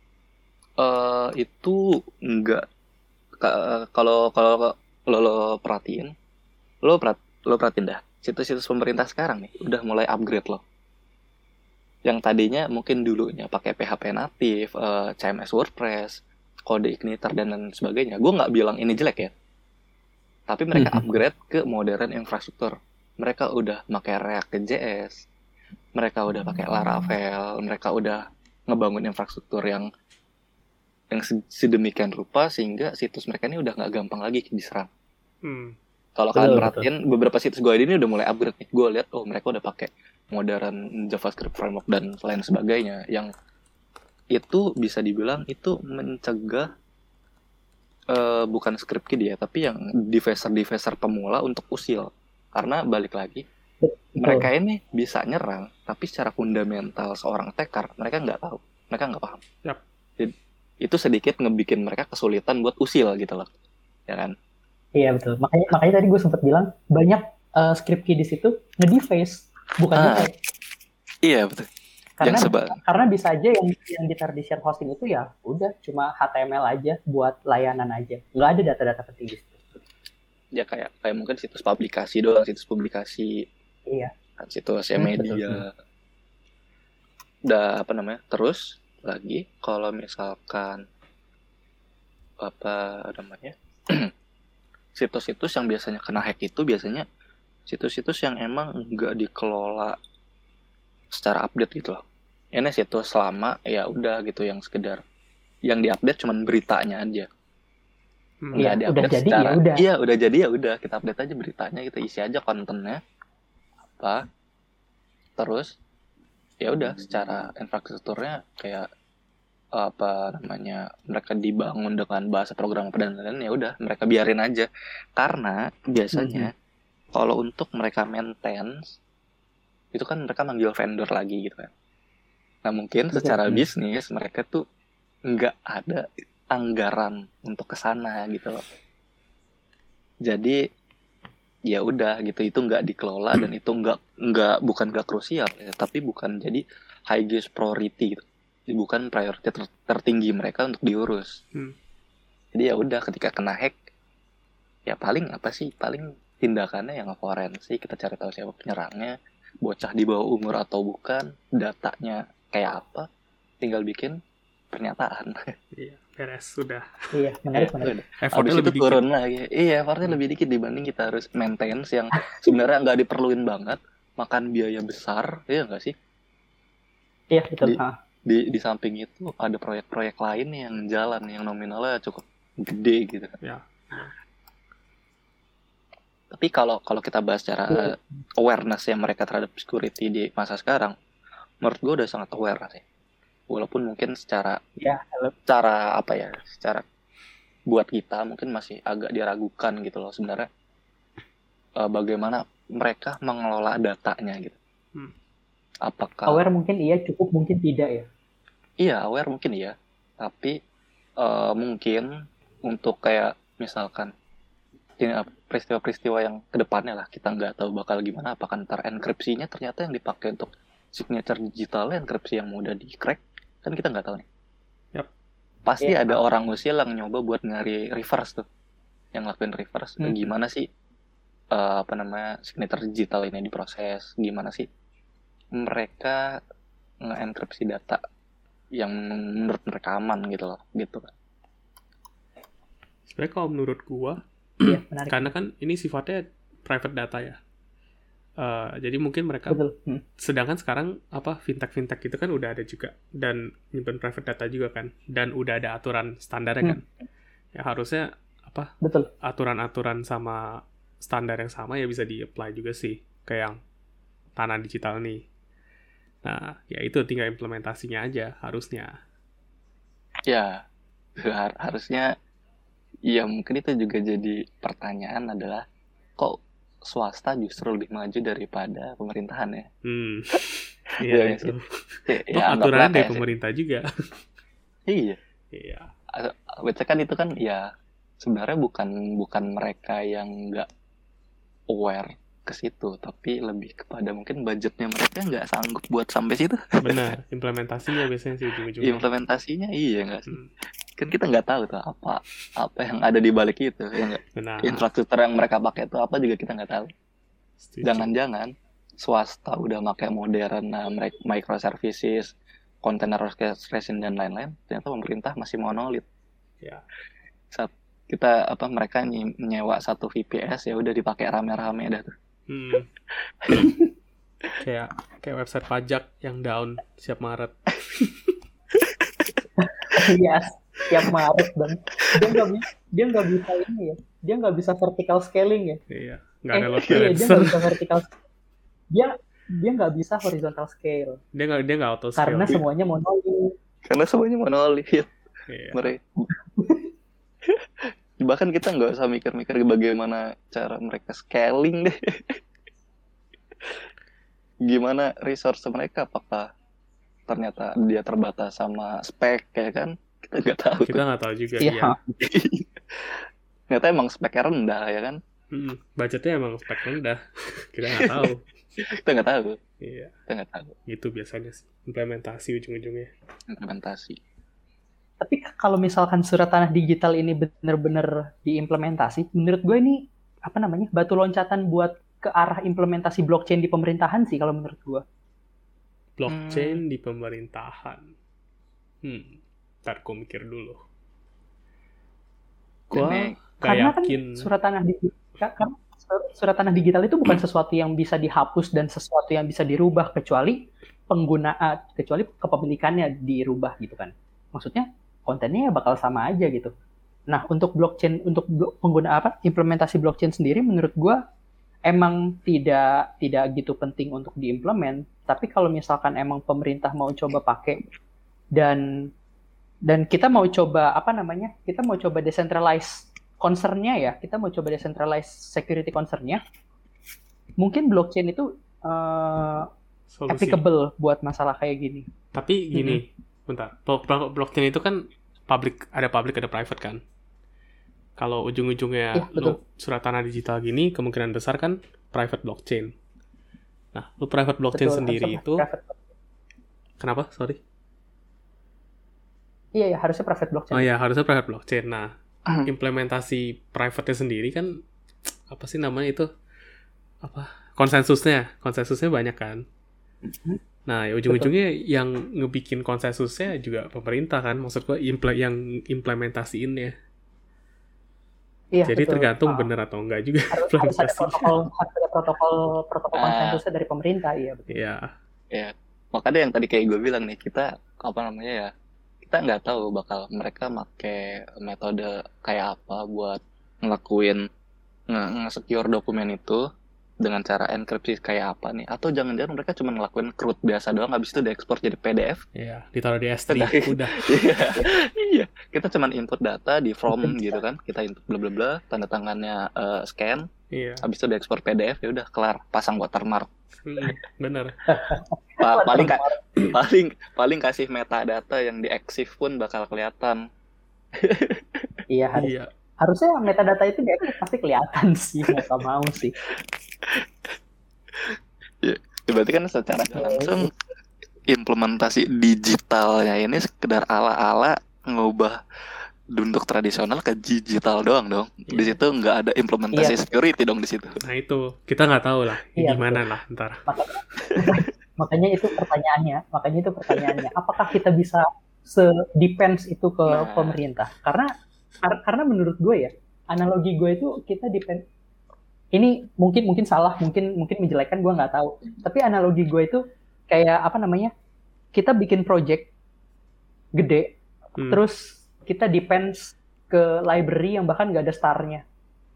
itu enggak. Kalau lo perhatiin dah, situs-situs pemerintah sekarang nih udah mulai upgrade loh. Yang tadinya mungkin dulunya pakai PHP natif, CMS WordPress, kode igniter dan lain sebagainya. Gue nggak bilang ini jelek ya, tapi mereka upgrade ke modern infrastruktur. Mereka udah pakai React.js, mereka udah pakai Laravel, mereka udah ngebangun infrastruktur yang sedemikian rupa sehingga situs mereka ini udah nggak gampang lagi diserang. Kalau kalian perhatiin beberapa situs GoID ini udah mulai upgrade nih. Gue lihat mereka udah pakai modern JavaScript framework dan lain sebagainya, yang itu bisa dibilang itu mencegah bukan script kid ya, tapi yang developer pemula untuk usil. Karena balik lagi, mereka ini bisa nyerang, tapi secara fundamental seorang attacker mereka nggak tahu, mereka nggak paham. Yep. Jadi, itu sedikit ngebikin mereka kesulitan buat usil gitu loh, ya kan? Iya betul. Makanya tadi gue sempat bilang banyak script key di situ nge-deface, bukan nge-hack. Iya betul. Karena bisa aja yang ditaruh di share hosting itu ya udah cuma HTML aja buat layanan aja, nggak ada data-data penting di situ. Ya kayak mungkin situs publikasi doang, situs publikasi. Iya. Kan situs media. Terus lagi kalau misalkan situs-situs yang biasanya kena hack itu biasanya situs-situs yang emang nggak dikelola secara update gitu loh. Ini situs lama ya udah gitu, yang sekedar yang diupdate cuman beritanya aja. Iya, udah jadi ya udah. Iya, udah jadi ya udah, kita update aja beritanya, kita isi aja kontennya apa. Terus ya udah secara infrastrukturnya kayak mereka dibangun dengan bahasa program dan lain-lain, ya udah mereka biarin aja. Karena biasanya kalau untuk mereka maintenance itu kan mereka manggil vendor lagi gitu kan. Nah mungkin secara bisnis mereka tuh nggak ada anggaran untuk kesana gitu loh. Jadi ya udah gitu, itu nggak dikelola dan itu bukan nggak krusial ya, tapi bukan jadi highest priority gitu. Bukan prioritas tertinggi mereka untuk diurus. Jadi ya udah ketika kena hack ya paling tindakannya yang forensik, kita cari tahu siapa penyerangnya, bocah di bawah umur atau bukan, datanya kayak apa, tinggal bikin pernyataan. Iya, beres sudah. Iya, menarik. Effortnya lebih turun lagi. Iya, effortnya lebih dikit dibanding kita harus maintenance yang sebenarnya nggak diperluin banget, makan biaya besar, iya nggak sih? Iya, betul. Di samping itu ada proyek-proyek lain yang jalan, yang nominalnya cukup gede gitu kan. Ya. Tapi kalau kita bahas secara awareness yang mereka terhadap security di masa sekarang, menurut gue udah sangat aware sih. Walaupun mungkin secara buat kita mungkin masih agak diragukan gitu loh sebenarnya. Bagaimana mereka mengelola datanya gitu. Apakah Aware mungkin iya, cukup mungkin tidak ya. iya, aware mungkin iya, tapi mungkin untuk kayak misalkan ini peristiwa-peristiwa yang kedepannya lah, kita nggak tahu bakal gimana, apakah ntar enkripsinya ternyata yang dipakai untuk signature digitalnya enkripsi yang mudah di-crack, kan kita nggak tahu nih. Yap. Pasti ada orang usil yang nyoba buat nyari reverse tuh, yang lakuin reverse, gimana sih signature digital ini diproses, gimana sih mereka nge-enkripsi data yang menurut mereka aman gitu loh, gitu kan. Sebenarnya kalau menurut gua, Iya, menarik. karena kan ini sifatnya private data ya. Jadi mungkin mereka, Betul. sedangkan sekarang fintech itu kan udah ada juga dan nyimpen private data juga kan, dan udah ada aturan standarnya kan. Ya harusnya Betul. aturan-aturan sama standar yang sama ya bisa di-apply juga sih ke yang tanah digital nih. Nah, ya itu tinggal implementasinya aja harusnya. Ya, harusnya. Ya mungkin itu juga jadi pertanyaan adalah kok swasta justru lebih maju daripada pemerintahan ya? Iya itu. Ya, aturan dari sih. pemerintah juga. Iya. Iya. Baca kan itu kan ya sebenarnya bukan mereka yang nggak aware ke situ, tapi lebih kepada mungkin budgetnya mereka nggak sanggup buat sampai situ. Benar, implementasinya biasanya sih ujung-ujungnya. Implementasinya iya nggak sih? Kan kita nggak tahu tuh apa yang ada di balik itu, ya nggak? Benar. Infrastruktur yang mereka pakai itu apa juga kita nggak tahu. Setuju. Jangan-jangan swasta udah pakai modern microservices, container orchestration dan lain-lain, ternyata pemerintah masih monolit. Ya. Saat kita mereka nyewa satu VPS ya udah dipakai rame-rame dah tuh. kayak website pajak yang down siap Maret. Iya, tiap Maret dan dia nggak bisa ini ya, dia nggak bisa vertical scaling ya. Iya, nggak ada load Dia balancer. nggak bisa vertical, dia nggak bisa horizontal scale. Dia nggak auto scale. Karena semuanya monolit. Iya. Mereka bahkan kita nggak usah mikir-mikir bagaimana cara mereka scaling deh. Gimana resource mereka, apakah ternyata dia terbatas sama spek ya kan, kita nggak tahu. Kita nggak tahu juga. Iya. Ternyata emang speknya rendah ya kan. Budgetnya emang spek rendah. Kita nggak tahu. Kita nggak tahu. Iya. Kita nggak tahu. Gitu biasanya sih implementasi ujung-ujungnya. Implementasi. Tapi kalau misalkan surat tanah digital ini benar-benar diimplementasi, menurut gue ini batu loncatan buat ke arah implementasi blockchain di pemerintahan sih kalau menurut gue. Blockchain di pemerintahan. Ntar gue mikir dulu. Gue gak yakin. Kan surat tanah digital itu bukan sesuatu yang bisa dihapus dan sesuatu yang bisa dirubah kecuali kepemilikannya dirubah gitu kan. Maksudnya kontennya bakal sama aja gitu. Nah, untuk blockchain, untuk implementasi blockchain sendiri menurut gue emang tidak gitu penting untuk diimplement. Tapi kalau misalkan emang pemerintah mau coba pakai dan kita mau coba kita mau coba decentralize concern-nya ya, kita mau coba decentralize security concern-nya, mungkin blockchain itu applicable buat masalah kayak gini. Tapi gini, bentar, blockchain itu kan ada public ada private kan. Kalau ujung-ujungnya lu surat tanah digital gini, kemungkinan besar kan private blockchain. Nah, lu private blockchain sendiri itu kenapa? Sorry. Iya, harusnya private blockchain. Oh iya, harusnya private blockchain. Nah, implementasi private-nya sendiri kan apa sih namanya itu? Konsensusnya banyak kan. Nah, ya ujung-ujungnya yang ngebikin konsensusnya juga pemerintah kan, maksud gua yang implementasiinnya. Iya, jadi betul. Tergantung bener atau enggak juga harus ada protokol konsensusnya dari pemerintah, iya betul. Iya. Makanya yang tadi kayak gue bilang nih, kita kita nggak tahu bakal mereka pakai metode kayak apa buat ngelakuin nge-secure dokumen itu dengan cara enkripsi kayak apa nih, atau jangan-jangan mereka cuma ngelakuin CRUD biasa doang, habis itu diekspor jadi PDF. Iya, ditaruh di S3 udah. Iya, kita cuma input data di from gitu kan, kita input bla bla bla, tanda tangannya scan, Iya. Habis itu diekspor PDF, ya udah kelar, pasang watermark. Bener. Paling kasih metadata yang di-exif pun bakal kelihatan. Iya, harusnya metadata itu dia pasti kelihatan sih, nggak mau sih. Ya, berarti kan secara langsung implementasi digitalnya ini sekedar ala-ala ngubah bentuk tradisional ke digital doang dong. Di situ nggak ada implementasi security dong di situ. Nah itu kita nggak tahu lah gimana lah ntar. Makanya itu pertanyaannya. Apakah kita bisa se-depends itu ke pemerintah? Karena menurut gue ya, analogi gue itu kita depend. Ini mungkin salah, mungkin menjelekkan, gue nggak tahu. Tapi analogi gue itu kayak apa namanya? Kita bikin project gede, terus kita depends ke library yang bahkan nggak ada star-nya.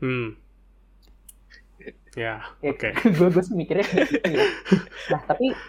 Ya, oke. Gue sih mikirnya gitu ya. Nah,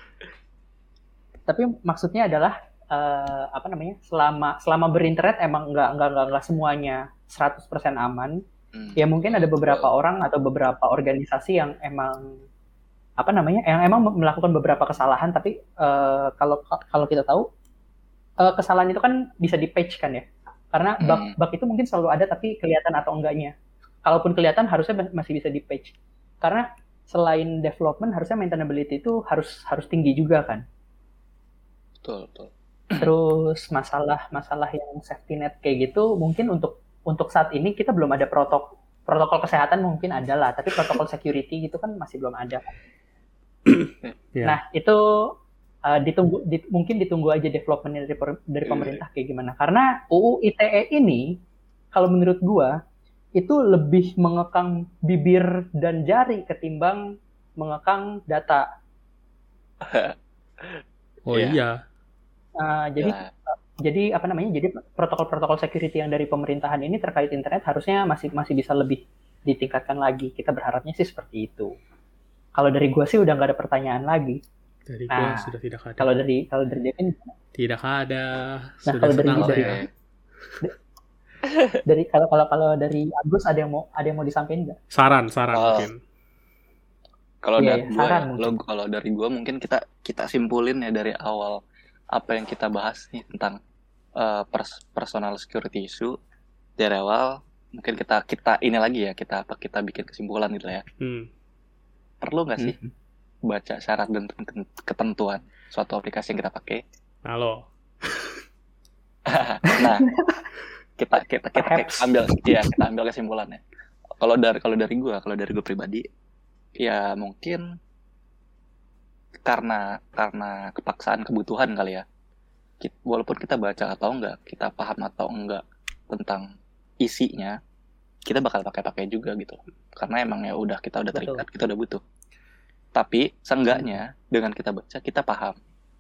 tapi maksudnya adalah apa namanya? Selama berinternet emang nggak semuanya 100% aman. Ya mungkin ada beberapa orang atau beberapa organisasi yang emang apa namanya? Yang emang melakukan beberapa kesalahan, tapi kalau kita tahu kesalahan itu kan bisa di-patch kan ya. Karena bug itu mungkin selalu ada, tapi kelihatan atau enggaknya. Kalaupun kelihatan, harusnya masih bisa di-patch. Karena selain development, harusnya maintainability itu harus tinggi juga kan. Betul. Terus masalah yang safety net kayak gitu, mungkin untuk saat ini kita belum ada protokol kesehatan, mungkin ada lah, tapi protokol security gitu kan masih belum ada. Nah, itu mungkin ditunggu aja development dari pemerintah kayak gimana. Karena UU ITE ini, kalau menurut gua, itu lebih mengekang bibir dan jari ketimbang mengekang data. Iya. Jadi apa namanya? Jadi protokol security yang dari pemerintahan ini terkait internet harusnya masih bisa lebih ditingkatkan lagi. Kita berharapnya sih seperti itu. Kalau dari gua sih udah nggak ada pertanyaan lagi. Dari gua sudah tidak ada. Kalau dari Devin tidak ada. Nah, kalau kalau dari Agus ada yang mau disampaikan nggak? Saran mungkin. Kalau dari gua mungkin kita simpulin ya dari awal apa yang kita bahas nih tentang personal security issue dari awal. Mungkin kita ini lagi ya, kita bikin kesimpulan gitu ya. Perlu nggak sih baca syarat dan ketentuan suatu aplikasi yang kita pakai? Halo. Nah, kita ambil kesimpulannya. Kalau dari gue pribadi, ya mungkin karena kepaksaan kebutuhan kali ya. Walaupun kita baca atau enggak, kita paham atau enggak tentang isinya, kita bakal pakai juga gitu. Karena emang ya kita udah terikat, kita udah butuh. Tapi seenggaknya dengan kita baca, kita paham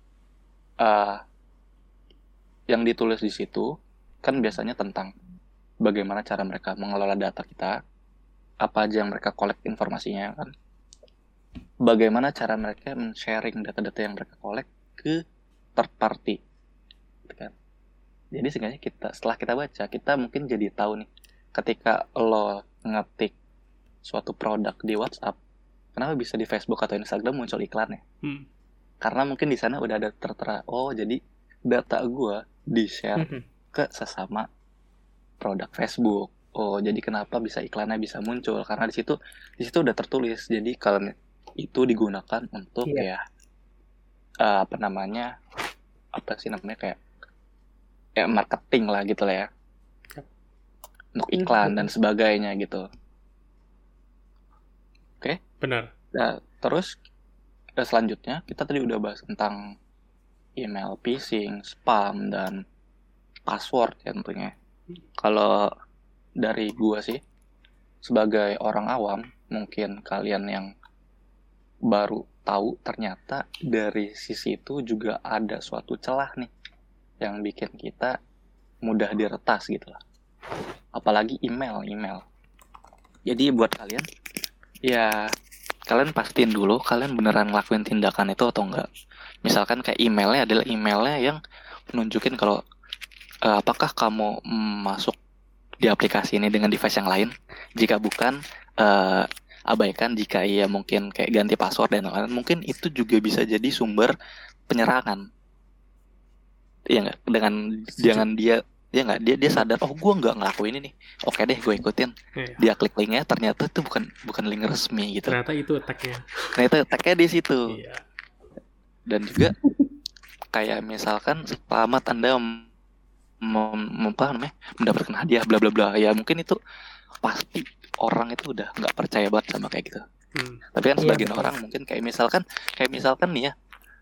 yang ditulis di situ kan biasanya tentang bagaimana cara mereka mengelola data kita, apa aja yang mereka collect informasinya kan, bagaimana cara mereka men-sharing data-data yang mereka collect ke third party, gitu kan. Jadi seenggaknya setelah kita baca, kita mungkin jadi tahu nih, ketika lo ngetik suatu produk di WhatsApp, kenapa bisa di Facebook atau Instagram muncul iklannya? Karena mungkin di sana udah ada tertera, oh jadi data gue di-share ke sesama produk Facebook. Oh jadi kenapa bisa iklannya bisa muncul? Karena di situ udah tertulis. Jadi kalau itu digunakan untuk kayak kayak marketing lah gitu lah ya, untuk iklan dan sebagainya gitu. Oke? Benar. Nah, terus selanjutnya kita tadi udah bahas tentang email phishing, spam, dan password ya tentunya. Kalau dari gua sih, sebagai orang awam, mungkin kalian yang baru tahu ternyata dari sisi itu juga ada suatu celah nih yang bikin kita mudah diretas gitu lah. Apalagi email. Jadi buat kalian, ya kalian pastiin dulu kalian beneran ngelakuin tindakan itu atau enggak. Misalkan kayak emailnya adalah emailnya yang menunjukin kalau apakah kamu masuk di aplikasi ini dengan device yang lain. Jika bukan, abaikan jika ia mungkin kayak ganti password dan lain-lain, mungkin itu juga bisa jadi sumber penyerangan. Iya nggak? Dengan dia sadar, oh gue nggak ngelakuin ini, oke deh gue ikutin. Iya. Dia klik linknya, ternyata itu bukan link resmi gitu. Ternyata itu attack-nya. Ternyata tag-nya di situ. Iya. Dan juga kayak misalkan selamat Anda mendapatkan hadiah bla bla bla, ya mungkin itu pasti orang itu udah nggak percaya banget sama kayak gitu. Tapi kan sebagian orang mungkin kayak misalkan nih ya,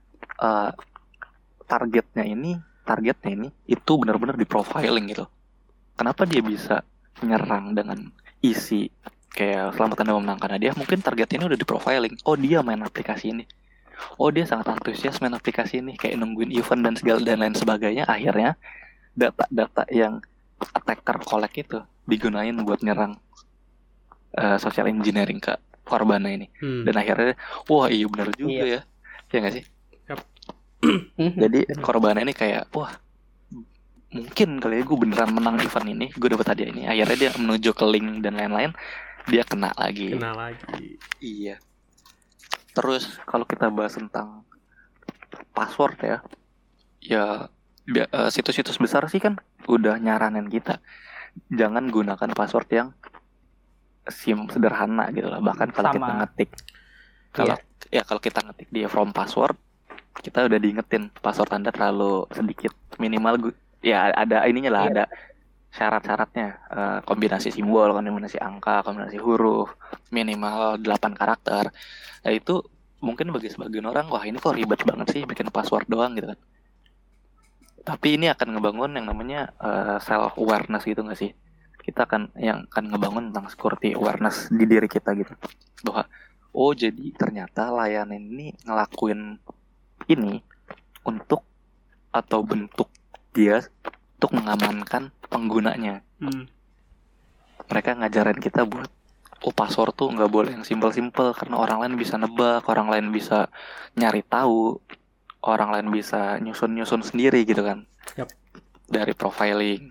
targetnya ini itu benar-benar di profiling gitu. Kenapa dia bisa menyerang dengan isi kayak selamat Anda memenangkan hadiah? Mungkin target ini udah di profiling. Oh, dia main aplikasi ini. Oh, dia sangat antusias main aplikasi ini, kayak nungguin event dan segala dan lain sebagainya. Akhirnya data-data yang attacker collect itu digunain buat nyerang social engineering ke korbannya ini. Dan akhirnya, wah iya benar juga ya. Ya nggak sih? Jadi korbannya ini kayak, wah mungkin kali ya gue beneran menang event ini, gue dapat hadiah ini. Akhirnya dia menuju ke link dan lain-lain, dia kena lagi. Iya. Terus kalau kita bahas tentang password ya situs-situs besar sih kan udah nyaranin kita jangan gunakan password yang sederhana gitu lah. Bahkan kalau kita ngetik kalau kita ngetik di from password, kita udah diingetin password Anda terlalu sedikit, minimal ya ada ininya lah, ada syarat-syaratnya, kombinasi simbol, kombinasi angka, kombinasi huruf, minimal 8 karakter. Nah itu mungkin bagi sebagian orang, wah ini kok ribet banget sih bikin password doang gitu kan. Tapi ini akan ngebangun yang namanya self awareness gitu nggak sih? Kita akan ngebangun tentang security awareness di diri kita gitu, bahwa oh jadi ternyata layanan ini ngelakuin ini untuk atau bentuk dia untuk mengamankan penggunanya. Mereka ngajarin kita buat password tuh nggak boleh yang simple-simple, karena orang lain bisa nebak, orang lain bisa nyari tahu, orang lain bisa nyusun sendiri gitu kan. Dari profiling.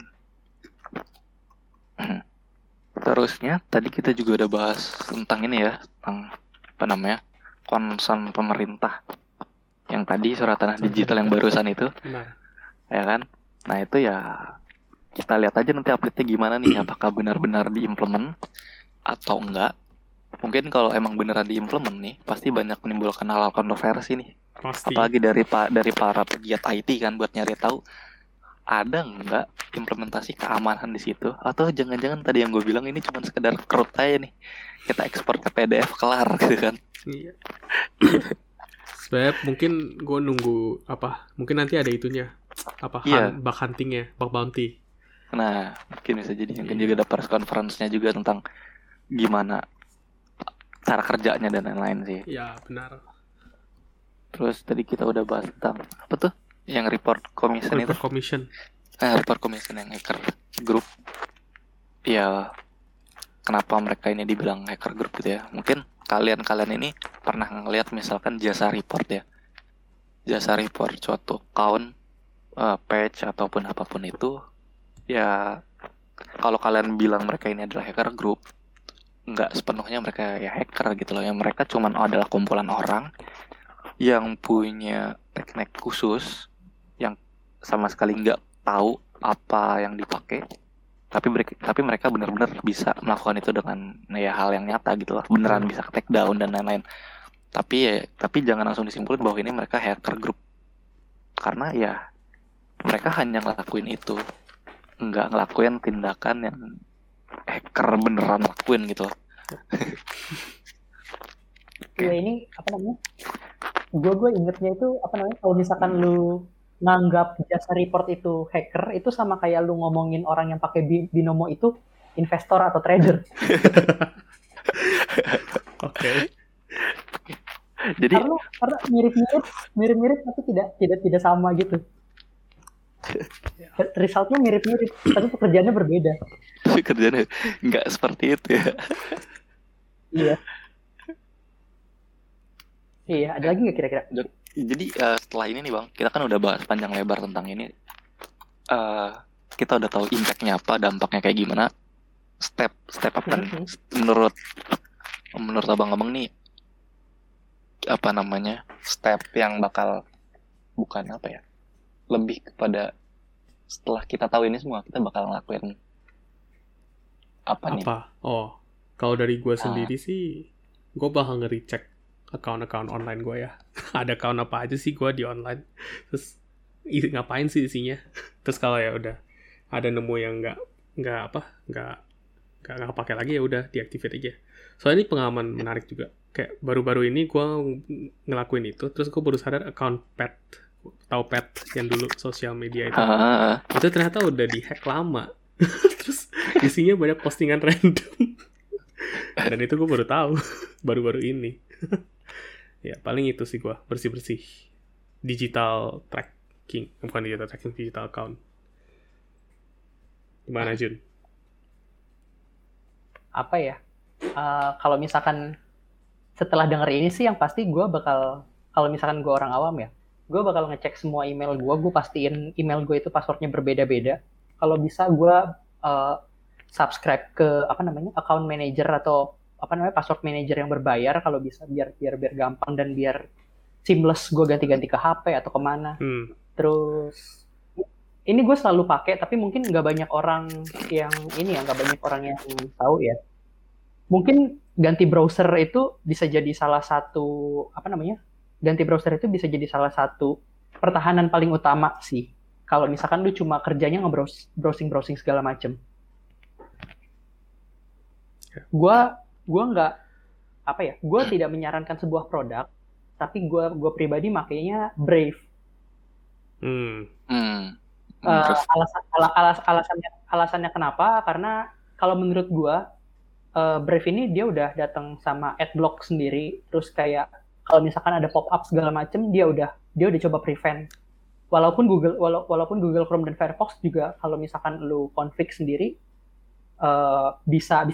Terusnya tadi kita juga udah bahas tentang ini ya, tentang concern pemerintah yang tadi surat tanah digital yang barusan itu. Ya kan. Nah itu ya kita lihat aja nanti update-nya gimana nih, apakah benar-benar diimplement atau enggak. Mungkin kalau emang beneran diimplement nih, pasti banyak menimbulkan hal kontroversi nih. Pasti. Apalagi dari para pegiat IT kan, buat nyari tahu ada enggak implementasi keamanan di situ, atau jangan-jangan tadi yang gue bilang ini cuma sekedar crud aja nih, kita ekspor ke PDF kelar gitu kan. Iya. Sebenarnya mungkin gue nunggu mungkin nanti ada itunya bug huntingnya, bug bounty. Nah mungkin bisa jadi mungkin juga ada press conference-nya juga tentang gimana cara kerjanya dan lain-lain sih. Ya benar. Terus tadi kita udah bahas tentang apa tuh yang report commission itu. Report commission yang hacker group. Ya kenapa mereka ini dibilang hacker group gitu ya? Mungkin kalian ini pernah ngelihat misalkan jasa report ya. Jasa report suatu account, page ataupun apapun itu. Ya kalau kalian bilang mereka ini adalah hacker group, nggak sepenuhnya mereka ya hacker gitu loh. Yang mereka cuman adalah kumpulan orang yang punya teknik khusus yang sama sekali nggak tahu apa yang dipakai, tapi mereka benar-benar bisa melakukan itu dengan ya hal yang nyata gitu loh, beneran bisa take down dan lain-lain. Tapi jangan langsung disimpulin bahwa ini mereka hacker group, karena ya mereka hanya ngelakuin itu, nggak ngelakuin tindakan yang hacker beneran lakuin gitu. Ya ini gue ingetnya itu kalau misalkan lu nanggap jasa report itu hacker, itu sama kayak lu ngomongin orang yang pakai binomo itu investor atau trader. Oke. Jadi karena mirip-mirip tapi tidak sama gitu. Resultnya mirip-mirip, tapi pekerjaannya berbeda. Pekerjaannya nggak seperti itu ya. Iya, ada lagi nggak kira-kira? Jadi setelah ini nih Bang, kita kan udah bahas panjang lebar tentang ini. Kita udah tahu impact-nya apa, dampaknya kayak gimana. Step apa kan? menurut abang-abang nih apa namanya step yang bakal bukan apa ya, lebih kepada setelah kita tahu ini semua kita bakal ngelakuin apa nih? Apa? Oh, kalau dari gue Ah. sendiri sih, gue bakal nge-recheck account-account online gue ya. Ada account apa aja sih gue di online. Terus ngapain sih isinya? Terus kalau ya udah ada nemu yang nggak pakai lagi, ya udah deactivate aja. Soalnya ini pengalaman menarik juga. Kayak baru-baru ini gue ngelakuin itu, terus gue baru sadar account pet, tahu pet yang dulu sosial media itu, Ah, itu ternyata udah dihack lama. Terus isinya banyak postingan random. Dan itu gue baru tahu baru-baru ini. Ya paling itu sih gue bersih-bersih digital tracking, bukan digital tracking, digital account. Gimana Jun? Apa ya? Kalau misalkan setelah denger ini sih yang pasti gue bakal, kalau misalkan gue orang awam ya, gue bakal ngecek semua email gue pastiin email gue itu passwordnya berbeda-beda. Kalau bisa gue subscribe ke account manager atau password manager yang berbayar kalau bisa, biar gampang dan biar seamless gue ganti-ganti ke HP atau kemana. Terus ini gue selalu pakai, tapi mungkin nggak banyak orang yang tahu ya. Mungkin ganti browser itu bisa jadi salah satu pertahanan paling utama sih. Kalau misalkan lu cuma kerjanya browsing segala macem. Gue tidak menyarankan sebuah produk, tapi gue pribadi makainya Brave. Alasannya kenapa? Karena kalau menurut gue Brave ini dia udah datang sama adblock sendiri, terus kayak kalau misalkan ada pop up segala macem dia udah coba prevent. Walaupun Google Chrome dan Firefox juga kalau misalkan lu config sendiri bisa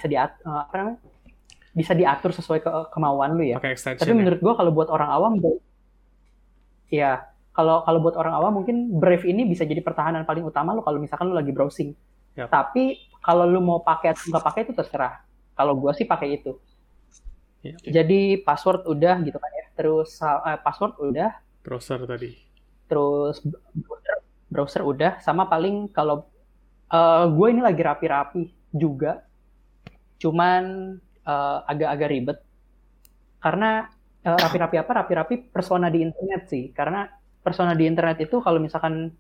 diatur sesuai kemauan lu ya. Tapi menurut gue kalau buat orang awam ya, kalau buat orang awam mungkin Brave ini bisa jadi pertahanan paling utama lu kalau misalkan lu lagi browsing. Yep. Tapi kalau lu mau pakai atau nggak pakai itu terserah. Kalau gue sih pakai itu. Jadi password udah gitu kan ya. Terus password udah. Browser tadi. Terus browser udah. Sama paling kalau gue ini lagi rapi-rapi juga. Cuman agak-agak ribet. Karena rapi-rapi persona di internet sih. Karena persona di internet itu kalau misalkan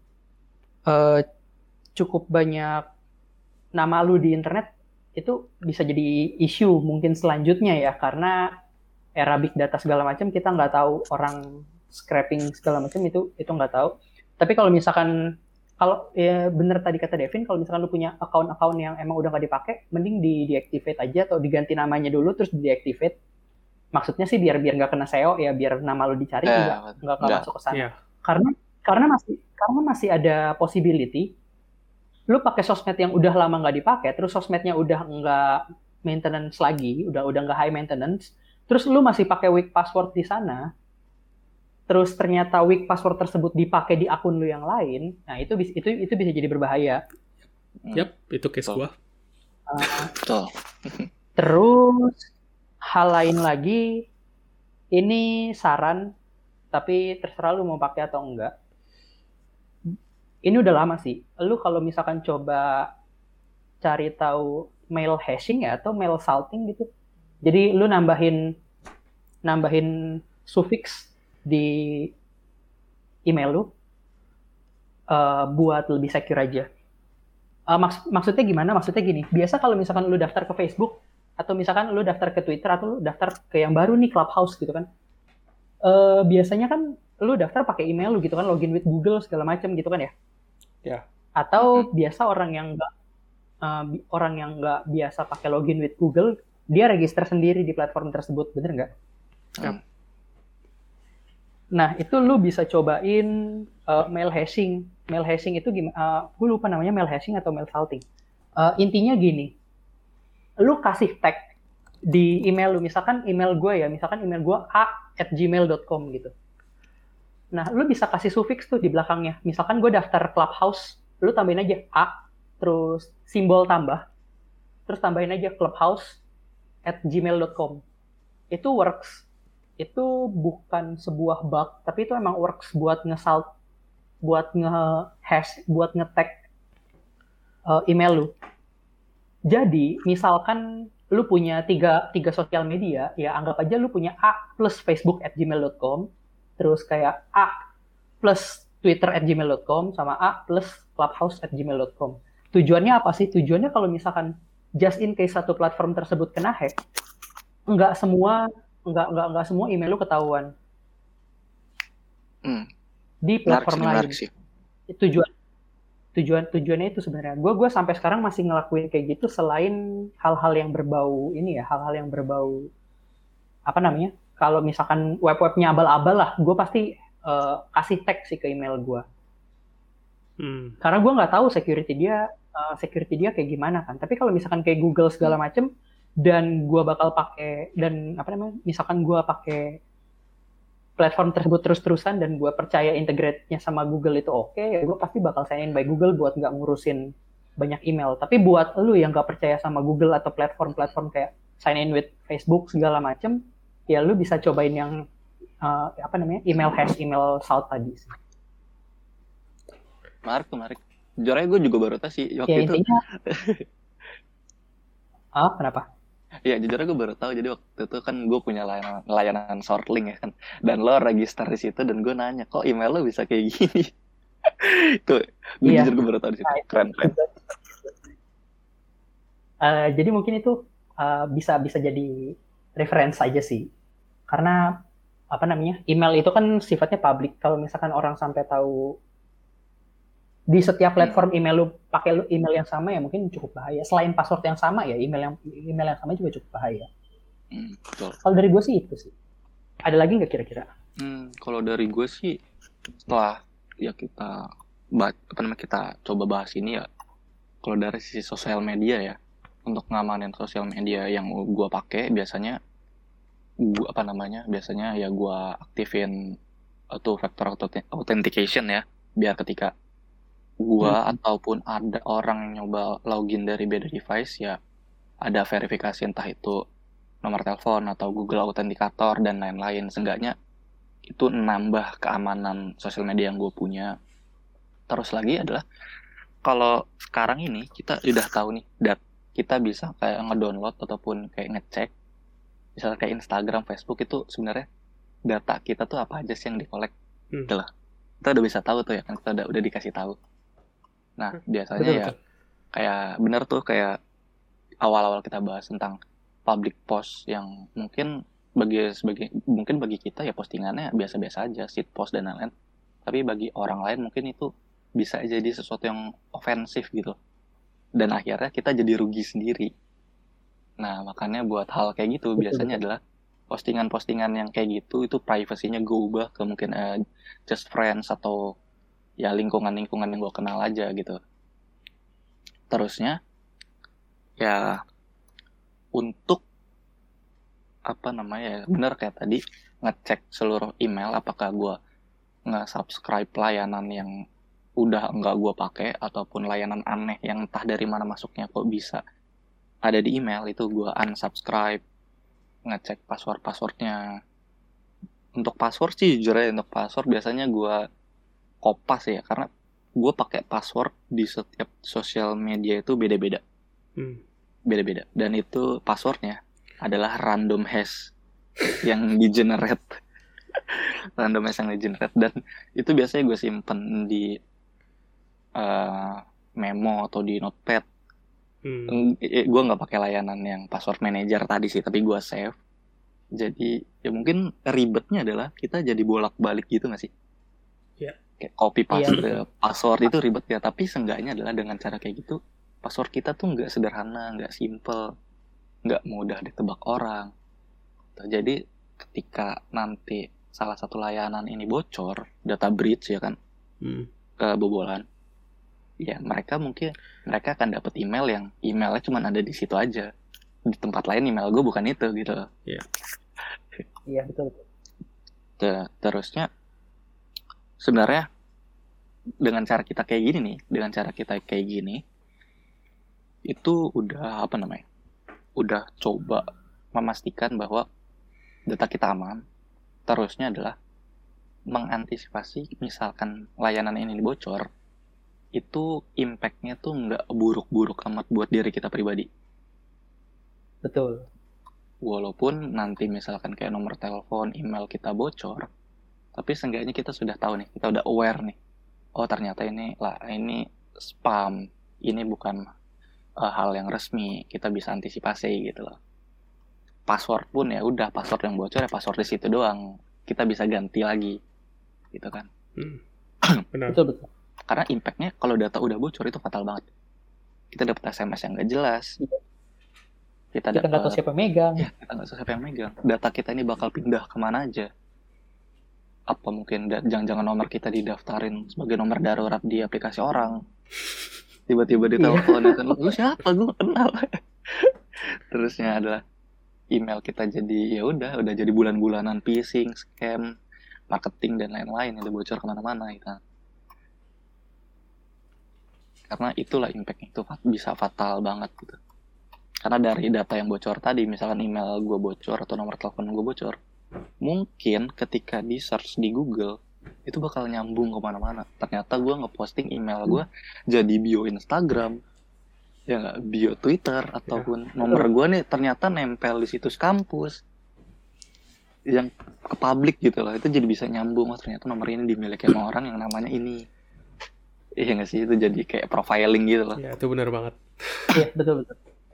cukup banyak nama lu di internet, itu bisa jadi isu mungkin selanjutnya ya, karena era big data segala macam kita nggak tahu orang scraping segala macam itu nggak tahu. Tapi kalau misalkan ya bener tadi kata Devin, kalau misalkan lu punya account yang emang udah nggak dipakai, mending deactivate aja atau diganti namanya dulu terus deactivate. Maksudnya sih biar nggak kena SEO ya, biar nama lu dicari nggak masuk ke sana. Yeah. Karena masih ada possibility lu pakai sosmed yang udah lama nggak dipakai, terus sosmednya udah nggak maintenance lagi, udah nggak high maintenance, terus lu masih pakai weak password di sana, terus ternyata weak password tersebut dipakai di akun lu yang lain, nah itu bisa jadi berbahaya. Yap, itu case gua. Terus hal lain lagi, ini saran, tapi terserah lu mau pakai atau enggak. Ini udah lama sih. Lu kalau misalkan coba cari tahu mail hashing ya atau mail salting gitu. Jadi lu nambahin suffix di email lu buat lebih secure aja. Maksudnya gimana? Maksudnya gini. Biasa kalau misalkan lu daftar ke Facebook atau misalkan lu daftar ke Twitter atau lu daftar ke yang baru nih Clubhouse gitu kan. Biasanya kan lu daftar pakai email lu gitu kan, login with Google segala macam gitu kan ya. Ya. Atau biasa orang yang nggak biasa pakai login with Google, dia register sendiri di platform tersebut, bener nggak? Ya. Nah itu lu bisa cobain mail hashing. Mail hashing itu gimana? Gue lupa namanya mail hashing atau mail salting. Intinya gini, lu kasih tag di email lu, misalkan email gue a@gmail.com gitu. Nah, lu bisa kasih suffix tuh di belakangnya. Misalkan gue daftar Clubhouse, lu tambahin aja A, terus simbol tambah, terus tambahin aja clubhouse@gmail.com. itu works. Itu bukan sebuah bug, tapi itu emang works buat nge-salt, buat nge-hash, buat nge-tag email lu. Jadi, misalkan lu punya tiga sosial media, ya anggap aja lu punya A plus Facebook@gmail.com, terus kayak A plus Twitter@gmail.com, sama A plus Clubhouse@gmail.com. Tujuannya apa sih? Tujuannya kalau misalkan just in case satu platform tersebut kena hack, nggak semua email lu ketahuan di platform lain. Tujuannya itu sebenarnya. Gue sampai sekarang masih ngelakuin kayak gitu selain hal-hal yang berbau apa namanya? Kalau misalkan web-webnya abal-abal lah, gue pasti kasih tag sih ke email gue. Karena gue nggak tahu security dia kayak gimana kan. Tapi kalau misalkan kayak Google segala macem, dan gue bakal pakai, dan apa namanya, misalkan gue pakai platform tersebut terus-terusan dan gue percaya integrate-nya sama Google itu oke, ya gue pasti bakal sign in by Google buat nggak ngurusin banyak email. Tapi buat lu yang nggak percaya sama Google atau platform-platform kayak sign in with Facebook segala macem, ya lu bisa cobain yang email hash, email salt tadi. Menarik. Jujur aja gue juga baru tahu sih waktu ya, itu. Intinya, kenapa? Ya jujur aja gue baru tahu. Jadi waktu itu kan gue punya layanan Shortlink ya kan. Dan lo register di situ dan gue nanya, kok email lo bisa kayak gini? Tuh, jujur gue baru tahu di situ. Keren. Jadi mungkin itu bisa jadi reference aja sih. Karena apa namanya, email itu kan sifatnya public. Kalau misalkan orang sampai tahu di setiap platform email lu pakai email yang sama, ya mungkin cukup bahaya. Selain password yang sama, ya email yang sama juga cukup bahaya. Betul. Kalau dari gue sih itu sih. Ada lagi nggak kira-kira? Kalau dari gue sih, setelah ya kita coba bahas ini ya, kalau dari sisi sosial media ya, untuk ngamanin sosial media yang gue pakai biasanya ya gue aktifin two-factor authentication ya, biar ketika gue ataupun ada orang yang nyoba login dari beda device ya ada verifikasi, entah itu nomor telepon atau Google Authenticator dan lain-lain. Seenggaknya itu nambah keamanan sosial media yang gue punya. Terus lagi adalah kalau sekarang ini kita udah tahu nih, kita bisa kayak ngedownload ataupun kayak ngecek, misalnya kayak Instagram, Facebook, itu sebenarnya data kita tuh apa aja sih yang dikolek. Gitu lah. Kita udah bisa tahu tuh ya kan, kita udah dikasih tahu. Nah, biasanya betul. Kayak bener tuh kayak awal-awal kita bahas tentang public post yang mungkin bagi kita ya postingannya biasa-biasa aja, shit post dan lain-lain. Tapi bagi orang lain mungkin itu bisa jadi sesuatu yang ofensif gitu. Dan akhirnya kita jadi rugi sendiri. Nah, makanya buat hal kayak gitu biasanya adalah postingan-postingan yang kayak gitu itu privasinya gue ubah ke mungkin just friends atau ya lingkungan-lingkungan yang gue kenal aja gitu. Terusnya ya untuk bener kayak tadi ngecek seluruh email apakah gue nge-subscribe layanan yang udah enggak gue pakai ataupun layanan aneh yang entah dari mana masuknya kok bisa ada di email, itu gue unsubscribe. Ngecek passwordnya. Untuk password sih jujur aja, untuk password biasanya gue kopas ya, karena gue pakai password di setiap sosial media itu beda-beda. Beda-beda. Dan itu passwordnya adalah random hash yang di-generate. Random hash yang di-generate. Dan itu biasanya gue simpen di memo atau di notepad. Gue nggak pakai layanan yang password manager tadi sih, tapi gue save. Jadi ya mungkin ribetnya adalah kita jadi bolak-balik gitu nggak sih? Kayak copy paste password itu ribet ya, tapi seenggaknya adalah dengan cara kayak gitu password kita tuh nggak sederhana, nggak simple, nggak mudah ditebak orang. Jadi ketika nanti salah satu layanan ini bocor, data breach ya kan, kebobolan, ya mereka akan dapat email yang emailnya cuma ada di situ aja, di tempat lain email gue bukan itu gitu. Iya betul. Terusnya sebenarnya dengan cara kita kayak gini itu udah coba memastikan bahwa data kita aman. Terusnya adalah mengantisipasi misalkan layanan ini bocor, itu impact-nya tuh nggak buruk-buruk amat buat diri kita pribadi. Betul. Walaupun nanti misalkan kayak nomor telepon, email kita bocor, tapi seenggaknya kita sudah tahu nih, kita udah aware nih. Oh ternyata ini spam, ini bukan hal yang resmi, kita bisa antisipasi gitu loh. Password pun ya udah, password yang bocor ya password di situ doang, kita bisa ganti lagi, gitu kan. Benar. Betul. Karena impact-nya kalau data udah bocor itu fatal banget. Kita dapat SMS yang nggak jelas. Kita nggak tahu siapa yang megang. Ya, kita nggak tahu siapa yang megang. Data kita ini bakal pindah kemana aja. Apa mungkin jangan-jangan nomor kita didaftarin sebagai nomor darurat di aplikasi orang. Tiba-tiba ditelepon, lu siapa? Gue kenal. Terusnya adalah email kita jadi udah jadi bulan-bulanan phishing, scam, marketing dan lain-lain yang bocor kemana-mana gitu. Karena itulah impact itu bisa fatal banget gitu. Karena dari data yang bocor tadi, misalkan email gue bocor atau nomor telepon gue bocor, mungkin ketika di search di Google itu bakal nyambung kemana-mana. Ternyata gue ngeposting email gue jadi bio Instagram, ya nggak, bio Twitter, ataupun nomor gue nih ternyata nempel di situs kampus yang ke publik gitu loh. Itu jadi bisa nyambung, oh ternyata nomor ini dimiliki sama orang yang namanya ini. Iya nggak sih, itu jadi kayak profiling gitu loh. Ya itu benar banget. Iya betul.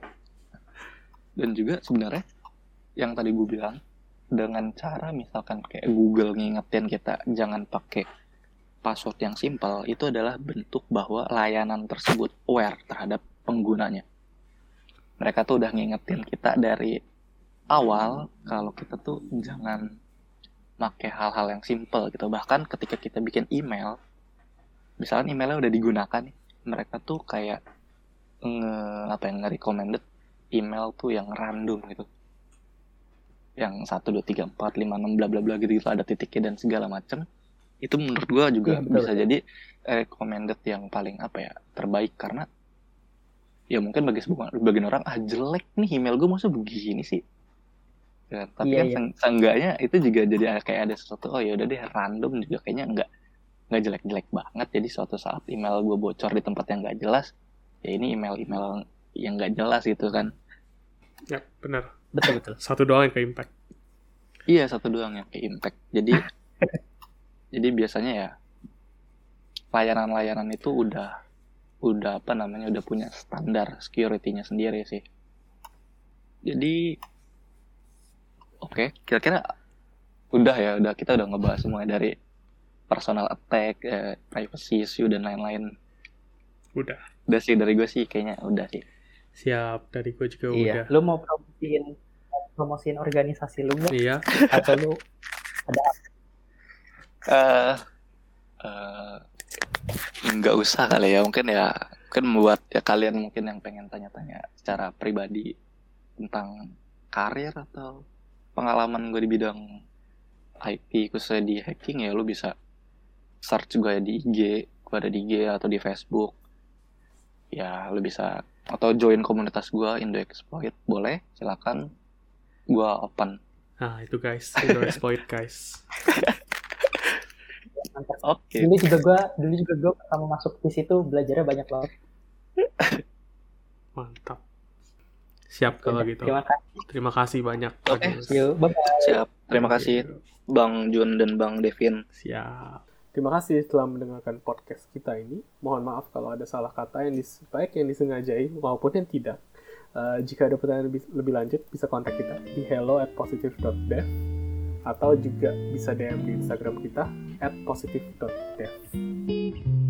Dan juga sebenarnya yang tadi gue bilang, dengan cara misalkan kayak Google ngingetin kita jangan pakai password yang simpel, itu adalah bentuk bahwa layanan tersebut aware terhadap penggunanya. Mereka tuh udah ngingetin kita dari awal kalau kita tuh jangan pakai hal-hal yang simpel gitu. Bahkan ketika kita bikin email, misalkan emailnya udah digunakan nih, mereka tuh kayak nge-recommended email tuh yang random gitu, yang 1, 2, 3, 4, 5, 6 bla bla bla gitu, ada titiknya dan segala macam. Itu menurut gue juga bisa jadi recommended yang paling terbaik, karena ya mungkin bagi sebagian orang jelek nih email gue, masa begini sih ya, tapi seenggaknya itu juga jadi kayak ada sesuatu, oh ya udah deh random juga kayaknya nggak jelek-jelek banget. Jadi suatu saat email gue bocor di tempat yang nggak jelas, ya ini email yang nggak jelas gitu kan. Ya benar. Betul. Satu doang yang ke impact. Iya, satu doang yang ke impact. Jadi biasanya ya layanan-layanan itu udah udah punya standar security-nya sendiri sih. Jadi oke, kira-kira udah kita udah ngebahas semuanya dari personal attack, privacy issue dan lain-lain. Udah sih dari gue sih kayaknya udah sih. Siap, dari gue juga iya. udah. Lu mau promosiin organisasi lu nggak? Iya. Atau lu ada? Nggak usah kali ya, mungkin buat ya kalian mungkin yang pengen tanya-tanya secara pribadi tentang karir atau pengalaman gue di bidang IT khususnya di hacking, ya lu bisa search gue di IG, gue ada di IG atau di Facebook. Ya lu bisa, atau join komunitas gue Indo Exploit, boleh, silakan, gue open. Nah itu guys, Indo Exploit guys. Oke. Dulu juga gue pertama masuk di situ belajarnya banyak banget. Mantap. Siap kalau gitu. Terima kasih banyak. Oke. Bye. Siap. Terima kasih Bang Jun dan Bang Devin. Siap. Terima kasih telah mendengarkan podcast kita ini. Mohon maaf kalau ada salah kata yang baik yang disengajai maupun yang tidak. Jika ada pertanyaan lebih lanjut, bisa kontak kita di hello@positive.dev atau juga bisa DM di Instagram kita @positive.dev.